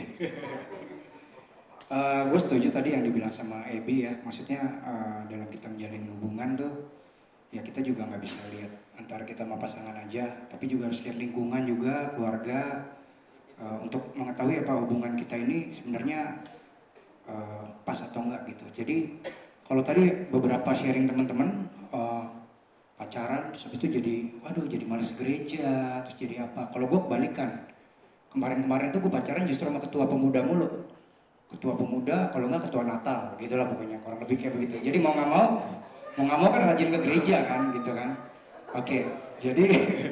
Gue setuju tadi yang dibilang sama Ebi ya, maksudnya dalam kita menjalin hubungan tuh, ya kita juga nggak bisa lihat antara kita sama pasangan aja, tapi juga harus lihat lingkungan juga, keluarga, untuk mengetahui apa hubungan kita ini sebenarnya pas atau enggak gitu. Jadi kalau tadi beberapa sharing teman-teman pacaran, terus habis itu jadi, waduh jadi malas gereja, terus jadi apa. Kalau gue kebalikan, kemarin-kemarin tuh gue pacaran justru sama ketua pemuda mulu. Ketua pemuda, kalau nggak ketua Natal, gitulah pokoknya, kurang lebih kayak begitu. Jadi mau nggak mau kan rajin ke gereja kan, gitu kan. Oke, jadi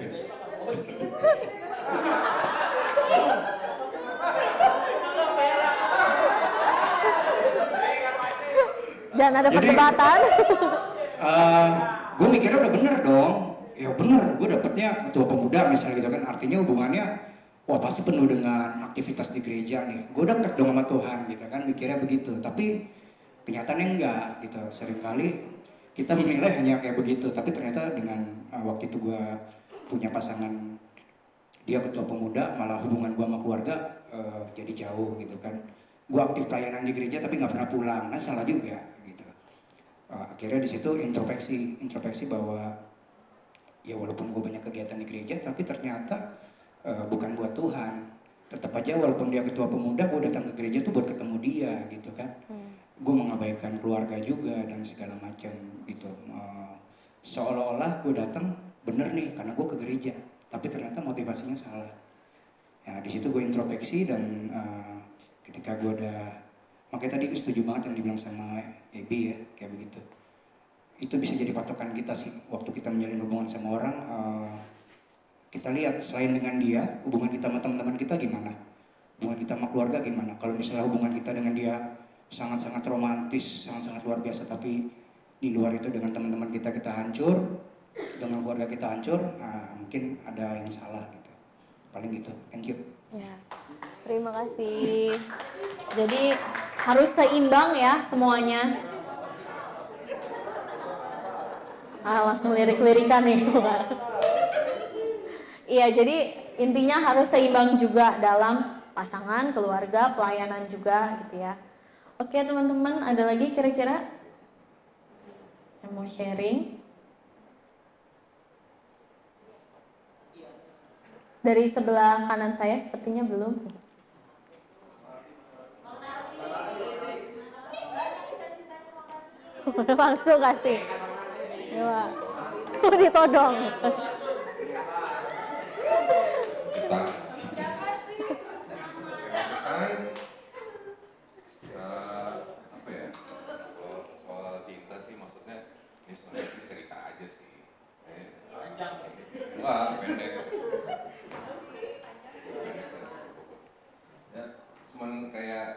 jangan ada perdebatan. Gue mikirnya udah bener dong, ya bener, gue dapetnya ketua pemuda misalnya gitu kan, artinya hubungannya wah pasti penuh dengan aktivitas di gereja nih, gue deket dong sama Tuhan gitu kan, mikirnya begitu. Tapi kenyataannya enggak gitu, seringkali kita menilai hanya kayak begitu, tapi ternyata dengan waktu itu gue punya pasangan, dia ketua pemuda, malah hubungan gue sama keluarga jadi jauh gitu kan. Gue aktif pelayanan di gereja tapi nggak pernah pulang, kan salah juga gitu. Akhirnya di situ introspeksi bahwa ya walaupun gue banyak kegiatan di gereja, tapi ternyata bukan buat Tuhan. Tetap aja walaupun dia ketua pemuda, gue datang ke gereja tuh buat ketemu dia gitu kan. gue mengabaikan keluarga juga dan segala macam gitu. Seolah-olah gue datang bener nih karena gue ke gereja, tapi ternyata motivasinya salah. Ya di situ gue introspeksi dan ketika gue udah, makanya tadi gue setuju banget yang dibilang sama Ebi ya, kayak begitu. Itu bisa jadi patokan kita sih waktu kita menjalin hubungan sama orang. Kita lihat selain dengan dia, hubungan kita sama teman-teman kita gimana, hubungan kita sama keluarga gimana. Kalau misalnya hubungan kita dengan dia sangat-sangat romantis, sangat-sangat luar biasa, tapi di luar itu dengan teman-teman kita hancur, dengan keluarga kita hancur, mungkin ada yang salah gitu. Paling gitu. Thank you. Ya, terima kasih. Jadi harus seimbang ya semuanya. Langsung lirik-lirikan nih. Iya, jadi intinya harus seimbang juga dalam pasangan, keluarga, pelayanan juga gitu ya. Oke teman-teman, ada lagi kira-kira yang mau sharing? Dari sebelah kanan saya sepertinya belum. Langsung kasih. Ya, ditodong. Kita apa ya, kalau soal cinta sih maksudnya ini sebenarnya sih cerita aja sih, enggak pendek ya, cuman kayak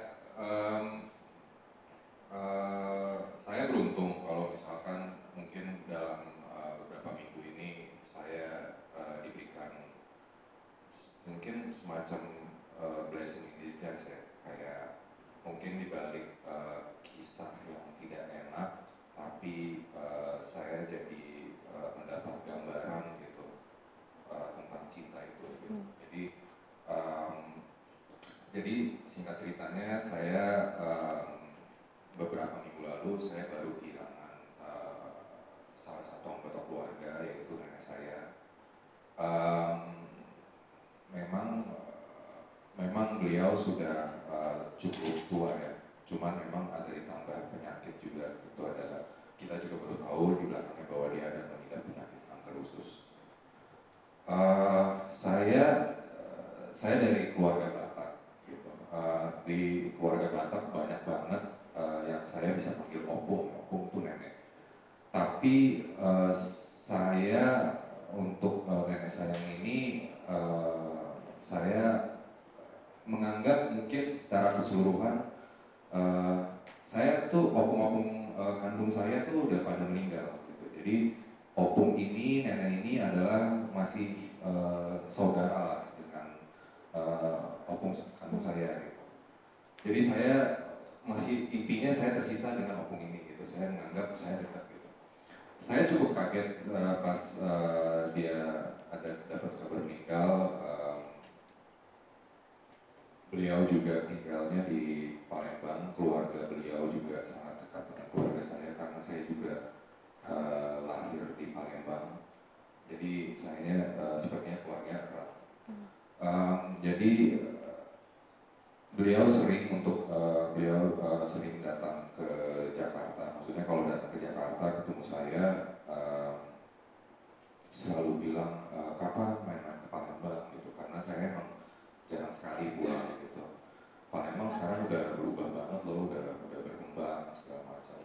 saya beruntung kalau misalkan mungkin dalam beberapa minggu ini saya diberikan mungkin semacam blessing in disguise ya, kayak mungkin dibalik kisah yang tidak enak, tapi saya jadi mendapat gambaran gitu tentang cinta itu. Gitu. Um, jadi singkat ceritanya saya beberapa minggu lalu saya baru kehilangan salah satu anggota keluarga yaitu nenek saya. Memang memang beliau sudah cukup tua ya, cuman memang ada ditambah penyakit juga. Itu ada, kita juga baru tahu di belakangnya bahwa dia ada mengidap penyakit kanker usus. Saya dari keluarga Batak gitu. Di keluarga Batak banyak banget yang saya bisa panggil opung. Opung itu nenek. Tapi saya untuk nenek saya ini saya menganggap mungkin secara keseluruhan saya tuh opung-opung kandung saya tuh udah pada meninggal gitu. Jadi opung ini, nenek ini adalah masih saudara lah dengan opung kandung saya gitu. Jadi saya masih, intinya saya tersisa dengan opung ini gitu. Saya menganggap saya dekat gitu. Saya cukup kaget pas dia ada dapat kabar meninggal. Beliau juga tinggalnya di Palembang, keluarga beliau juga sangat dekat dengan keluarga saya karena saya juga lahir di Palembang. Jadi saya sepertinya keluarga erat. Jadi beliau sering sering datang ke Jakarta. Maksudnya kalau datang ke Jakarta ketemu saya selalu bilang kapan main-main ke Palembang gitu, karena saya emang jarang sekali pulang gitu. Palembang sekarang udah berubah banget loh, udah berkembang segala macam.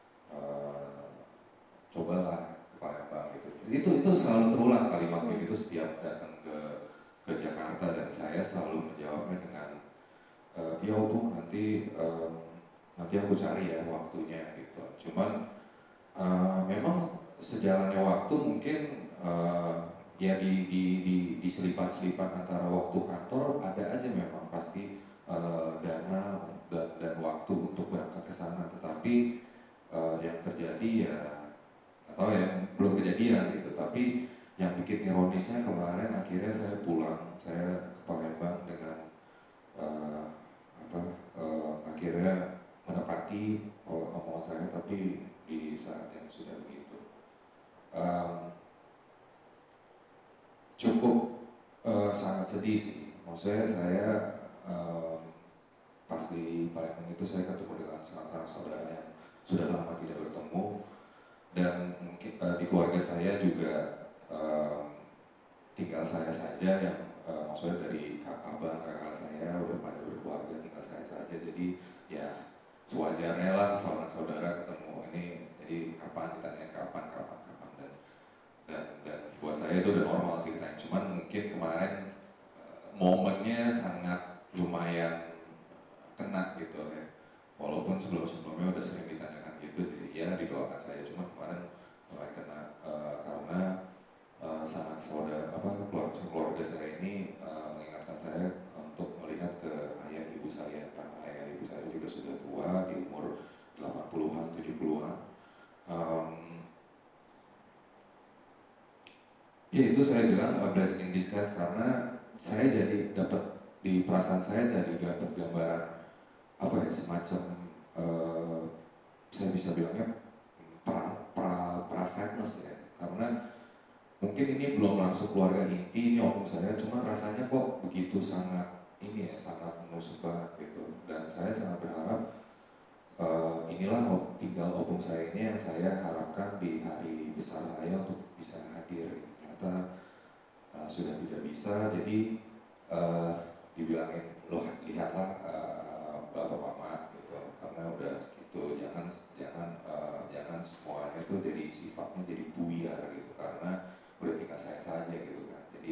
Cobalah ke Palembang gitu. Itu selalu terulang kalimat itu setiap datang ke Jakarta, dan saya selalu menjawabnya dengan ya Bu, nanti aku cari ya waktunya gitu. Cuman memang sejalannya waktu mungkin ya di selipan-selipan antara waktu kantor ada aja memang pasti dana dan waktu untuk berangkat ke sana, tetapi yang terjadi ya atau yang belum kejadian gitu. Tapi yang bikin ironisnya kemarin akhirnya saya pulang, saya ke Palembang dengan akhirnya menepati omongan saya, tapi di saat yang sudah begitu cukup sangat sedih sih. Maksudnya saya pas di di Palembang itu saya ketemu dengan sanak-sanak saudara yang sudah lama tidak bertemu, dan mungkin di keluarga saya juga tinggal saya saja yang maksudnya dari abang kakak saya udah pada berkeluarga, tinggal saya saja. Jadi ya sewajarnya lah saudara ketemu ini, jadi kapan ditanyain kapan dan buat saya itu udah normal ceritanya. Cuman mungkin kemarin momennya sangat lumayan kena gitu ya, walaupun sebelumnya udah sering ditanyakan gitu, jadi ya didoakan saya. Cuma kemarin mulai kena karena sanak saudara keluarga saya ini mengingatkan saya untuk melihat ke ayah ibu saya, karena ayah ibu saya juga sudah tua di umur 80-an 70-an. Ya itu saya bilang blessing in disguise, karena saya jadi dapat, di perasaan saya jadi dapat gambaran apa ya, semacam saya bisa bilangnya pra sadness ya, karena mungkin ini belum langsung keluarga inti ini opung saya, cuma rasanya kok begitu sangat ini ya, sangat menusuk banget gitu. Dan saya sangat berharap inilah tinggal opung saya ini yang saya harapkan di hari besar saya untuk bisa hadir gitu. Ternyata sudah tidak bisa, jadi dibilangin loh lihatlah bapak mama gitu, karena udah gitu, jangan semuanya tuh jadi sifatnya jadi buyar gitu, karena udah tinggal saya saja gitu kan. Jadi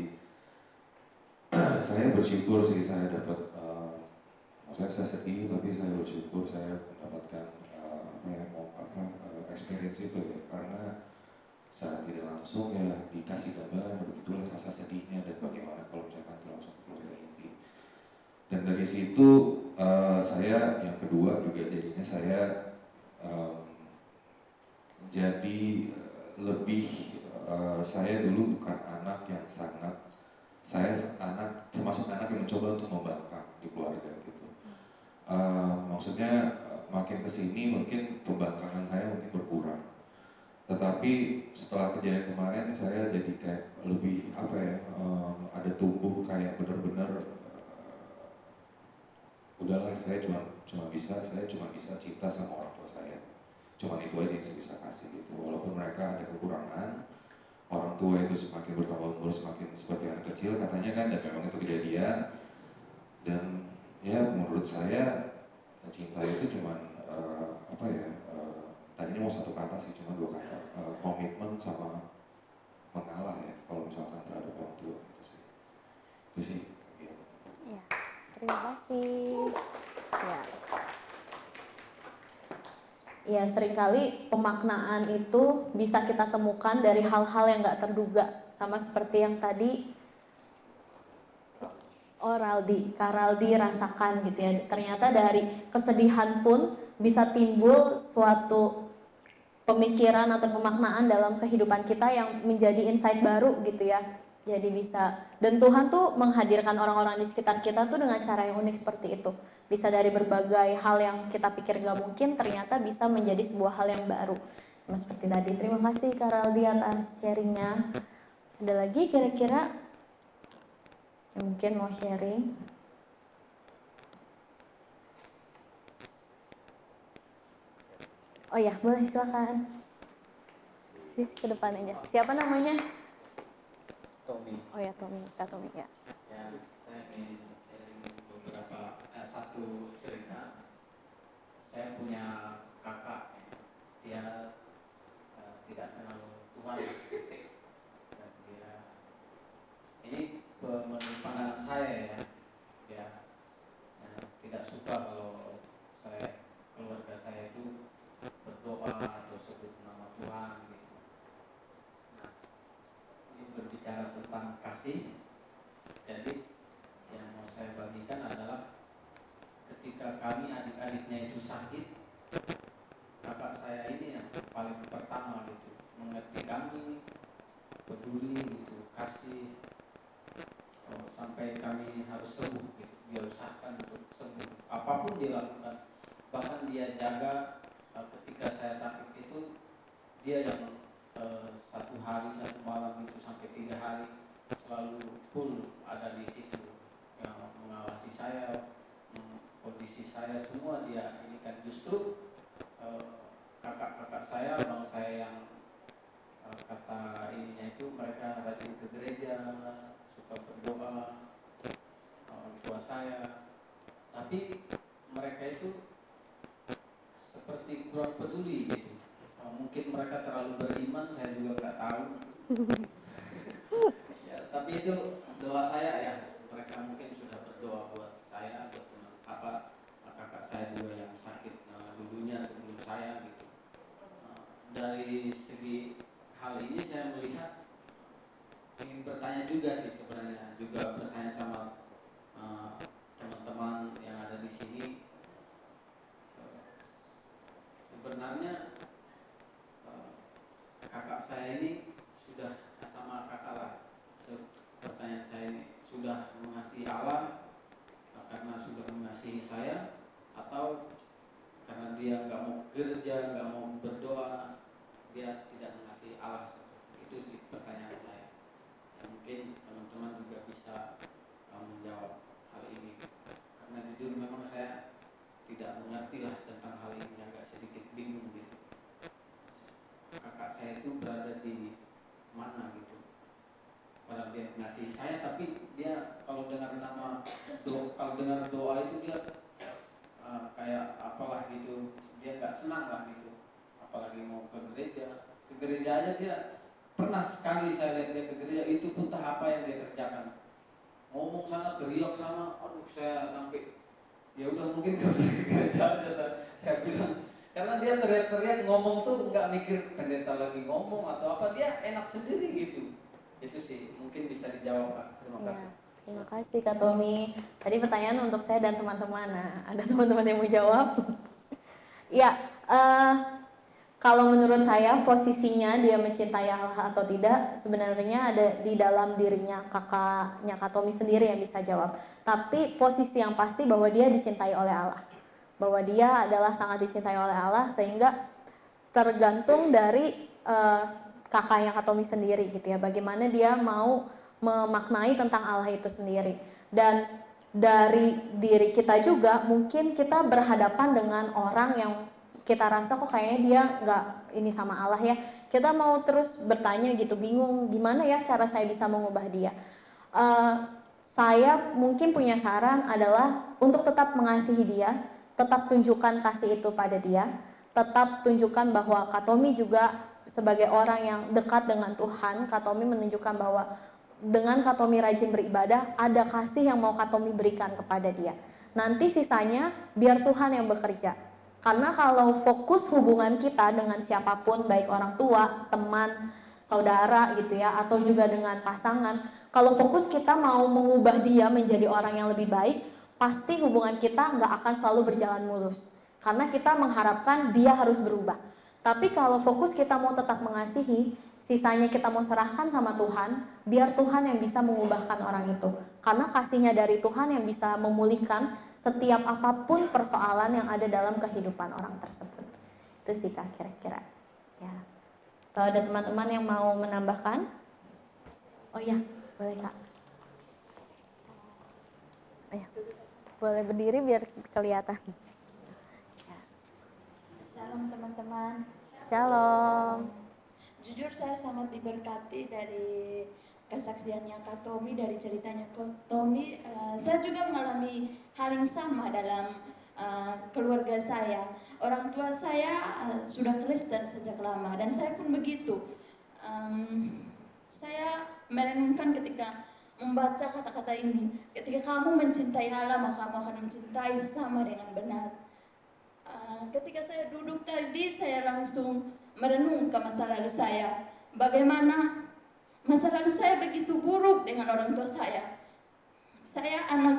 saya bersyukur sih saya dapat maksudnya saya sedih tapi saya bersyukur saya mendapatkan experience itu ya, karena secara tidak langsung ya dikasih gambaran begitulah rasa sedihnya dan bagaimana kalau misalkan langsung keluarga inti. Dan dari situ saya yang kedua juga jadinya saya jadi lebih saya dulu bukan anak yang sangat, saya anak termasuk anak yang mencoba untuk membangkang di keluarga gitu. Maksudnya makin kesini mungkin pembangkangan saya mungkin berkurang. Tetapi setelah kejadian kemarin saya jadi kayak lebih apa ya, ada tumbuh kayak benar-benar udahlah saya cuma bisa cinta sama orang tua saya. Cuma itu aja yang saya bisa kasih gitu. Walaupun mereka ada kekurangan, orang tua itu semakin bertambah umur semakin seperti anak kecil katanya kan, dan memang itu kejadian. Dan ya menurut saya cinta itu cuma apa ya, tadinya mau satu kata sih, cuma dua kata, komitmen sama mengalah ya kalau misalkan terhadap orang tua itu sih ya. Ya, terima kasih. Ya. Ya, seringkali pemaknaan itu bisa kita temukan dari hal-hal yang gak terduga. Sama seperti yang tadi Karaldi rasakan gitu ya. Ternyata dari kesedihan pun bisa timbul suatu pemikiran atau pemaknaan dalam kehidupan kita yang menjadi insight baru gitu ya. Jadi bisa, dan Tuhan tuh menghadirkan orang-orang di sekitar kita tuh dengan cara yang unik seperti itu. Bisa dari berbagai hal yang kita pikir gak mungkin, ternyata bisa menjadi sebuah hal yang baru. Nah, seperti tadi, terima kasih Karaldi atas sharingnya. Ada lagi kira-kira yang mungkin mau sharing? Oh ya, boleh silakan. Ke depan aja. Siapa namanya? Tommy. Oh ya, Tommy, Kak Tommy ya. Ya, saya ingin sharing beberapa satu cerita. Saya punya kakak, dia tidak kenal Tuhan, dan dia ini menurut pandangan saya ya, dia tidak suka kalau keluarga saya itu berdoa atau sebut nama Tuhan gitu. Nah, ini berbicara tentang kasih. Jadi yang mau saya bagikan adalah ketika kami adik-adiknya itu sakit, kakak saya ini yang paling pertama gitu mengerti kami, peduli gitu, kasih sampai kami harus sembuh gitu. Dia usahakan untuk sembuh, apapun dia lakukan. Bahkan dia jaga ketika saya sakit itu, dia yang 1 hari 1 malam itu sampai 3 hari selalu full ada di situ, yang mengawasi saya, kondisi saya semua tapi mereka itu seperti kurang peduli gitu. Mungkin mereka terlalu beriman, saya juga nggak tahu. Ya, tapi itu doa saya ya. Mereka mungkin sudah berdoa buat saya, buat teman kakak saya juga yang sakit dulunya sebelum saya gitu. Dari segi hal ini saya melihat ingin bertanya juga sih sebenarnya, juga bertanya sama teman-teman yang ada di sini. Sebenarnya kakak saya ini sudah sama kakak lah. Pertanyaan saya ini sudah mengasihi Allah karena sudah mengasihi saya, atau karena dia nggak mau kerja, nggak mau berdoa, dia tidak mengasihi Allah. Itu sih pertanyaan saya. Ya, mungkin teman-teman juga bisa menjawab hal ini. Karena jujur memang saya tidak mengerti lah tentang hal ini, agak sedikit bingung gitu. Kakak saya itu berada di mana gitu. Padahal dia mengasihi saya, tapi dia kalau dengar kalau dengar doa itu dia kayak apalah gitu, dia nggak senang lah gitu. Apalagi mau ke gereja aja dia pernah sekali saya lihat dia ke gereja, itu pun entah apa yang dia kerjakan, ngomong sana teriak sana, aduh saya sampai ya udah mungkin kalau saya ke gereja aja saya bilang, karena dia teriak-teriak ngomong tuh nggak mikir pendeta lagi ngomong atau apa, dia enak sendiri gitu. Itu sih mungkin bisa dijawab Pak. Terima kasih. Terima kasih Kak Tommy. Tadi pertanyaan untuk saya dan teman-teman. Nah, ada teman-teman yang mau jawab? Ya, kalau menurut saya posisinya dia mencintai Allah atau tidak sebenarnya ada di dalam dirinya kakaknya Kak Tommy sendiri yang bisa jawab. Tapi posisi yang pasti bahwa dia dicintai oleh Allah. Bahwa dia adalah sangat dicintai oleh Allah, sehingga tergantung dari kakaknya Kak Tommy sendiri gitu ya. Bagaimana dia mau memaknai tentang Allah itu sendiri. Dan dari diri kita juga mungkin kita berhadapan dengan orang yang kita rasa kok kayaknya dia nggak ini sama Allah ya. Kita mau terus bertanya gitu, bingung gimana ya cara saya bisa mengubah dia. Saya mungkin punya saran adalah untuk tetap mengasihi dia, tetap tunjukkan kasih itu pada dia, tetap tunjukkan bahwa Kak Tommy juga sebagai orang yang dekat dengan Tuhan. Kak Tommy menunjukkan bahwa dengan Kak Tommy rajin beribadah, ada kasih yang mau Kak Tommy berikan kepada dia. Nanti sisanya biar Tuhan yang bekerja. Karena kalau fokus hubungan kita dengan siapapun, baik orang tua, teman, saudara gitu ya, atau juga dengan pasangan, kalau fokus kita mau mengubah dia menjadi orang yang lebih baik, pasti hubungan kita nggak akan selalu berjalan mulus. Karena kita mengharapkan dia harus berubah. Tapi kalau fokus kita mau tetap mengasihi, sisanya kita mau serahkan sama Tuhan, biar Tuhan yang bisa mengubahkan orang itu. Karena kasihnya dari Tuhan yang bisa memulihkan setiap apapun persoalan yang ada dalam kehidupan orang tersebut. Itu sih Kak kira-kira. Ya. Kalau ada teman-teman yang mau menambahkan? Oh ya, boleh Kak. Oh ya, boleh berdiri biar kelihatan. Ya. Shalom teman-teman. Shalom. Jujur saya sangat diberkati dari kesaksiannya Kak Tommy, dari ceritanya Kak Tommy. Saya juga mengalami hal yang sama dalam keluarga saya. Orang tua saya sudah Kristen sejak lama dan saya pun begitu. Saya merenungkan ketika membaca kata-kata ini, ketika kamu mencintai Allah maka kamu akan mencintai sama dengan benar. Ketika saya duduk tadi, saya langsung merenung ke masa lalu saya. Bagaimana masa lalu saya begitu buruk dengan orang tua saya. Saya anak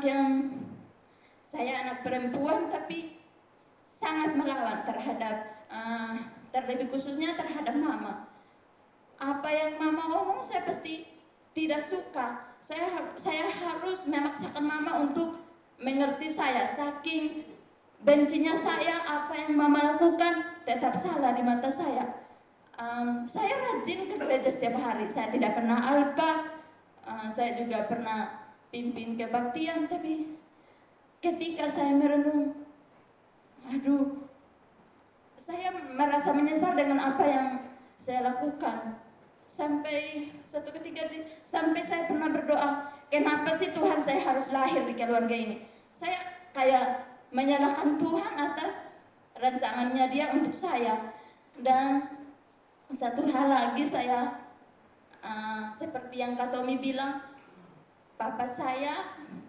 perempuan tapi sangat melawan terhadap, terlebih khususnya terhadap mama. Apa yang mama omong saya pasti tidak suka. Saya harus memaksakan mama untuk mengerti saya. Saking bencinya saya, apa yang mama lakukan tetap salah di mata saya. Saya rajin ke gereja setiap hari. Saya tidak pernah alpa. Saya juga pernah pimpin kebaktian. Tapi ketika saya merenung, aduh, saya merasa menyesal dengan apa yang saya lakukan. Sampai suatu ketika, sampai saya pernah berdoa, kenapa sih Tuhan saya harus lahir di keluarga ini? Saya saya menyalahkan Tuhan atas rancangannya Dia untuk saya. Dan satu hal lagi, saya seperti yang Kak Tommy bilang, papa saya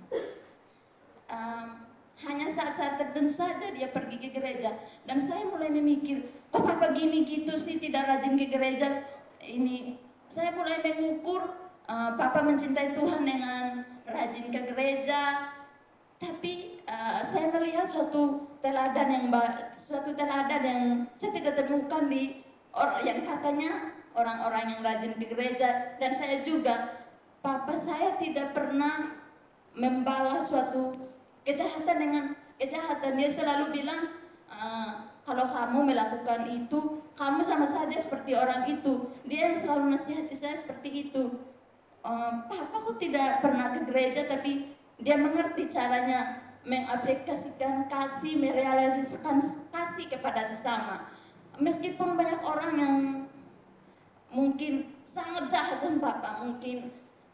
hanya saat-saat tertentu saja dia pergi ke gereja, dan saya mulai memikir, kok papa gini gitu sih, tidak rajin ke gereja. Ini saya mulai mengukur, papa mencintai Tuhan dengan rajin ke gereja, tapi saya melihat suatu teladan yang saya tidak temukan di yang katanya orang-orang yang rajin ke gereja. Dan saya juga, papa saya tidak pernah membalas suatu kejahatan dengan kejahatan. Dia selalu bilang, kalau kamu melakukan itu, kamu sama saja seperti orang itu. Dia yang selalu nasihati saya seperti itu. Papa kok tidak pernah ke gereja, tapi dia mengerti caranya mengaplikasikan kasih, merealisasikan kasih kepada sesama. Meskipun banyak orang yang mungkin sangat jahat sama papa, mungkin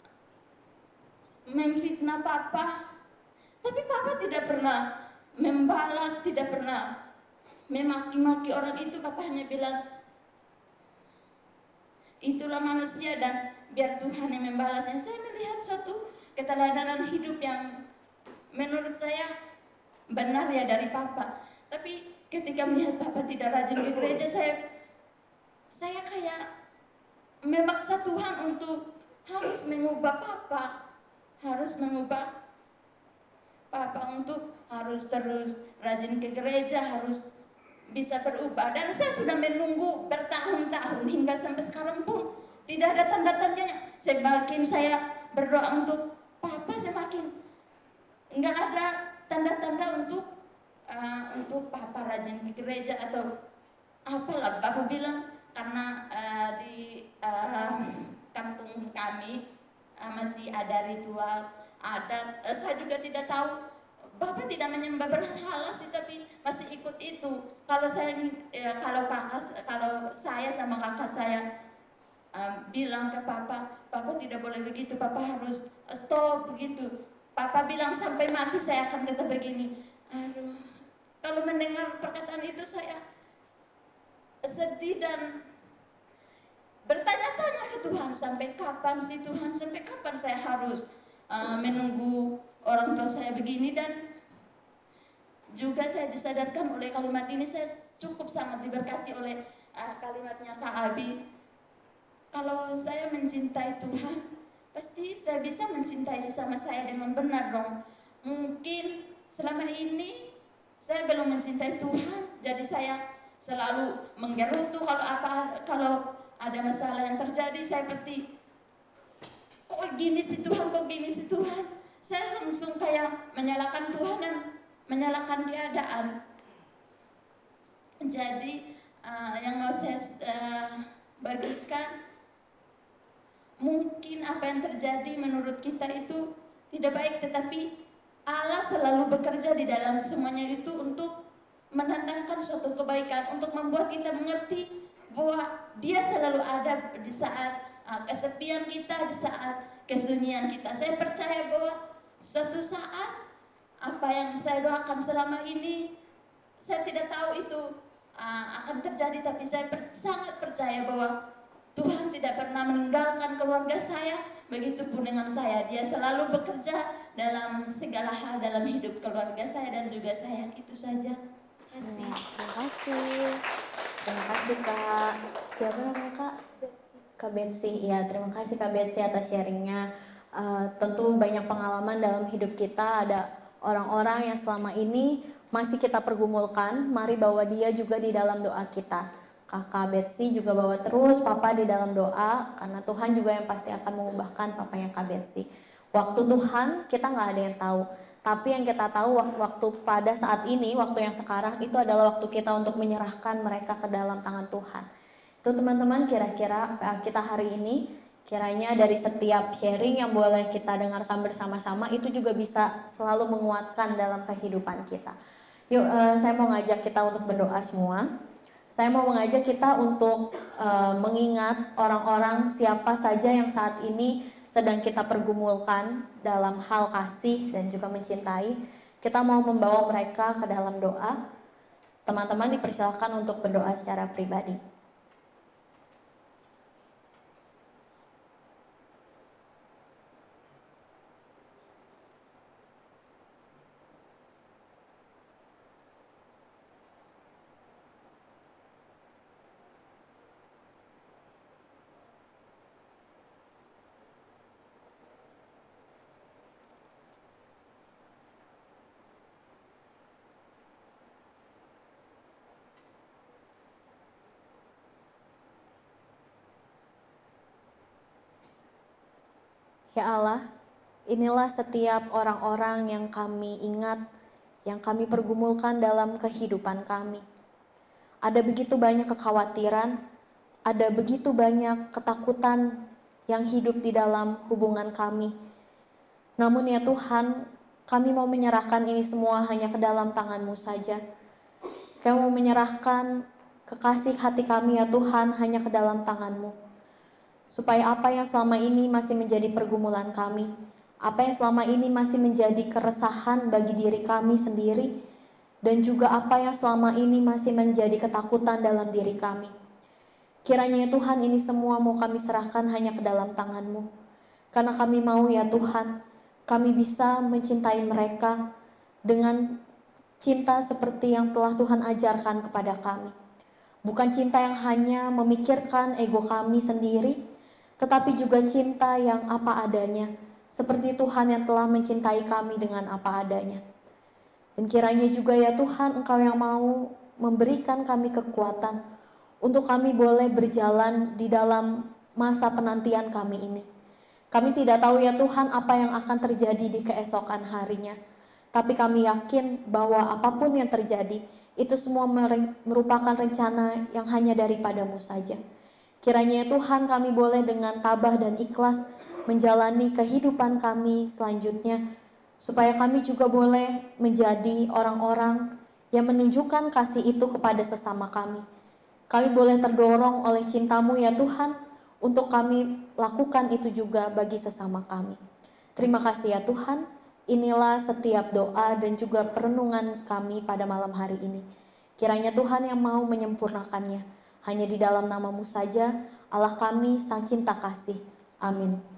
memfitnah papa, tapi papa tidak pernah membalas, tidak pernah memaki-maki orang itu. Papa hanya bilang, itulah manusia dan biar Tuhan yang membalasnya. Saya melihat suatu keteladanan hidup yang menurut saya benar ya dari papa. Tapi ketika melihat papa tidak rajin ke gereja, saya kayak memaksa Tuhan untuk harus mengubah papa, harus mengubah papa untuk harus terus rajin ke gereja, harus bisa berubah. Dan saya sudah menunggu bertahun-tahun, hingga sampai sekarang pun tidak ada tanda-tandanya. Semakin saya berdoa untuk papa, semakin nggak ada tanda-tanda untuk papa rajin ke gereja atau apalah. Papa bilang karena di kampung kami masih ada ritual adat. Saya juga tidak tahu. Bapak tidak menyembah berhala sih, tapi masih ikut itu. Kalau saya sama kakak saya bilang ke papa, papa tidak boleh begitu, papa harus stop begitu. Papa bilang sampai mati saya akan tetap begini. Aduh, kalau mendengar perkataan itu saya sedih dan bertanya-tanya ke Tuhan, sampai kapan sih Tuhan, sampai kapan saya harus menunggu orang tua saya begini. Dan juga saya disadarkan oleh kalimat ini, saya cukup sangat diberkati oleh kalimatnya Kak Abi. Kalau saya mencintai Tuhan, pasti saya bisa mencintai sesama saya dengan benar dong. Mungkin selama ini saya belum mencintai Tuhan, jadi saya selalu menggerutu kalau ada masalah yang terjadi. Saya pasti, kok gini sih Tuhan, kok gini sih Tuhan. Saya langsung kayak menyalahkan Tuhan dan menyalahkan keadaan. Jadi yang mau saya bagikan, mungkin apa yang terjadi menurut kita itu tidak baik, tetapi Allah selalu bekerja di dalam semuanya itu untuk mendatangkan suatu kebaikan, untuk membuat kita mengerti bahwa Dia selalu ada di saat kesepian kita, di saat kesunyian kita. Saya percaya bahwa suatu saat apa yang saya doakan selama ini, saya tidak tahu itu akan terjadi, tapi saya sangat percaya bahwa Tuhan tidak pernah meninggalkan keluarga saya. Begitupun dengan saya, Dia selalu bekerja dalam segala hal dalam hidup keluarga saya dan juga saya. Itu saja. Terima kasih. Terima kasih Kak. Siapa namanya Kak? Kak Betsy. Ya, terima kasih Kak Betsy atas sharingnya. Tentu banyak pengalaman dalam hidup kita. Ada orang-orang yang selama ini masih kita pergumulkan. Mari bawa dia juga di dalam doa kita. Kakak Betsy juga bawa terus Papa di dalam doa, karena Tuhan juga yang pasti akan mengubahkan papanya Kak Betsy. Waktu Tuhan kita nggak ada yang tahu, tapi yang kita tahu waktu pada saat ini, waktu yang sekarang itu adalah waktu kita untuk menyerahkan mereka ke dalam tangan Tuhan. Itu teman-teman, kira-kira kita hari ini, kiranya dari setiap sharing yang boleh kita dengarkan bersama-sama itu juga bisa selalu menguatkan dalam kehidupan kita. Yuk, saya mau ngajak kita untuk berdoa semua. Saya mau mengajak kita untuk mengingat orang-orang siapa saja yang saat ini sedang kita pergumulkan dalam hal kasih dan juga mencintai. Kita mau membawa mereka ke dalam doa. Teman-teman dipersilakan untuk berdoa secara pribadi. Ya Allah, inilah setiap orang-orang yang kami ingat, yang kami pergumulkan dalam kehidupan kami. Ada begitu banyak kekhawatiran, ada begitu banyak ketakutan yang hidup di dalam hubungan kami. Namun ya Tuhan, kami mau menyerahkan ini semua hanya ke dalam tangan-Mu saja. Kami mau menyerahkan kekasih hati kami ya Tuhan hanya ke dalam tangan-Mu. Supaya apa yang selama ini masih menjadi pergumulan kami, apa yang selama ini masih menjadi keresahan bagi diri kami sendiri, dan juga apa yang selama ini masih menjadi ketakutan dalam diri kami. Kiranya ya Tuhan ini semua mau kami serahkan hanya ke dalam tangan-Mu. Karena kami mau ya Tuhan, kami bisa mencintai mereka dengan cinta seperti yang telah Tuhan ajarkan kepada kami. Bukan cinta yang hanya memikirkan ego kami sendiri, tetapi juga cinta yang apa adanya, seperti Tuhan yang telah mencintai kami dengan apa adanya. Dan kiranya juga ya Tuhan, Engkau yang mau memberikan kami kekuatan untuk kami boleh berjalan di dalam masa penantian kami ini. Kami tidak tahu ya Tuhan apa yang akan terjadi di keesokan harinya, tapi kami yakin bahwa apapun yang terjadi, itu semua merupakan rencana yang hanya daripada-Mu saja. Kiranya Tuhan kami boleh dengan tabah dan ikhlas menjalani kehidupan kami selanjutnya, supaya kami juga boleh menjadi orang-orang yang menunjukkan kasih itu kepada sesama kami. Kami boleh terdorong oleh cinta-Mu ya Tuhan, untuk kami lakukan itu juga bagi sesama kami. Terima kasih ya Tuhan, inilah setiap doa dan juga perenungan kami pada malam hari ini. Kiranya Tuhan yang mau menyempurnakannya. Hanya di dalam nama-Mu saja, Allah kami, Sang Cinta Kasih. Amin.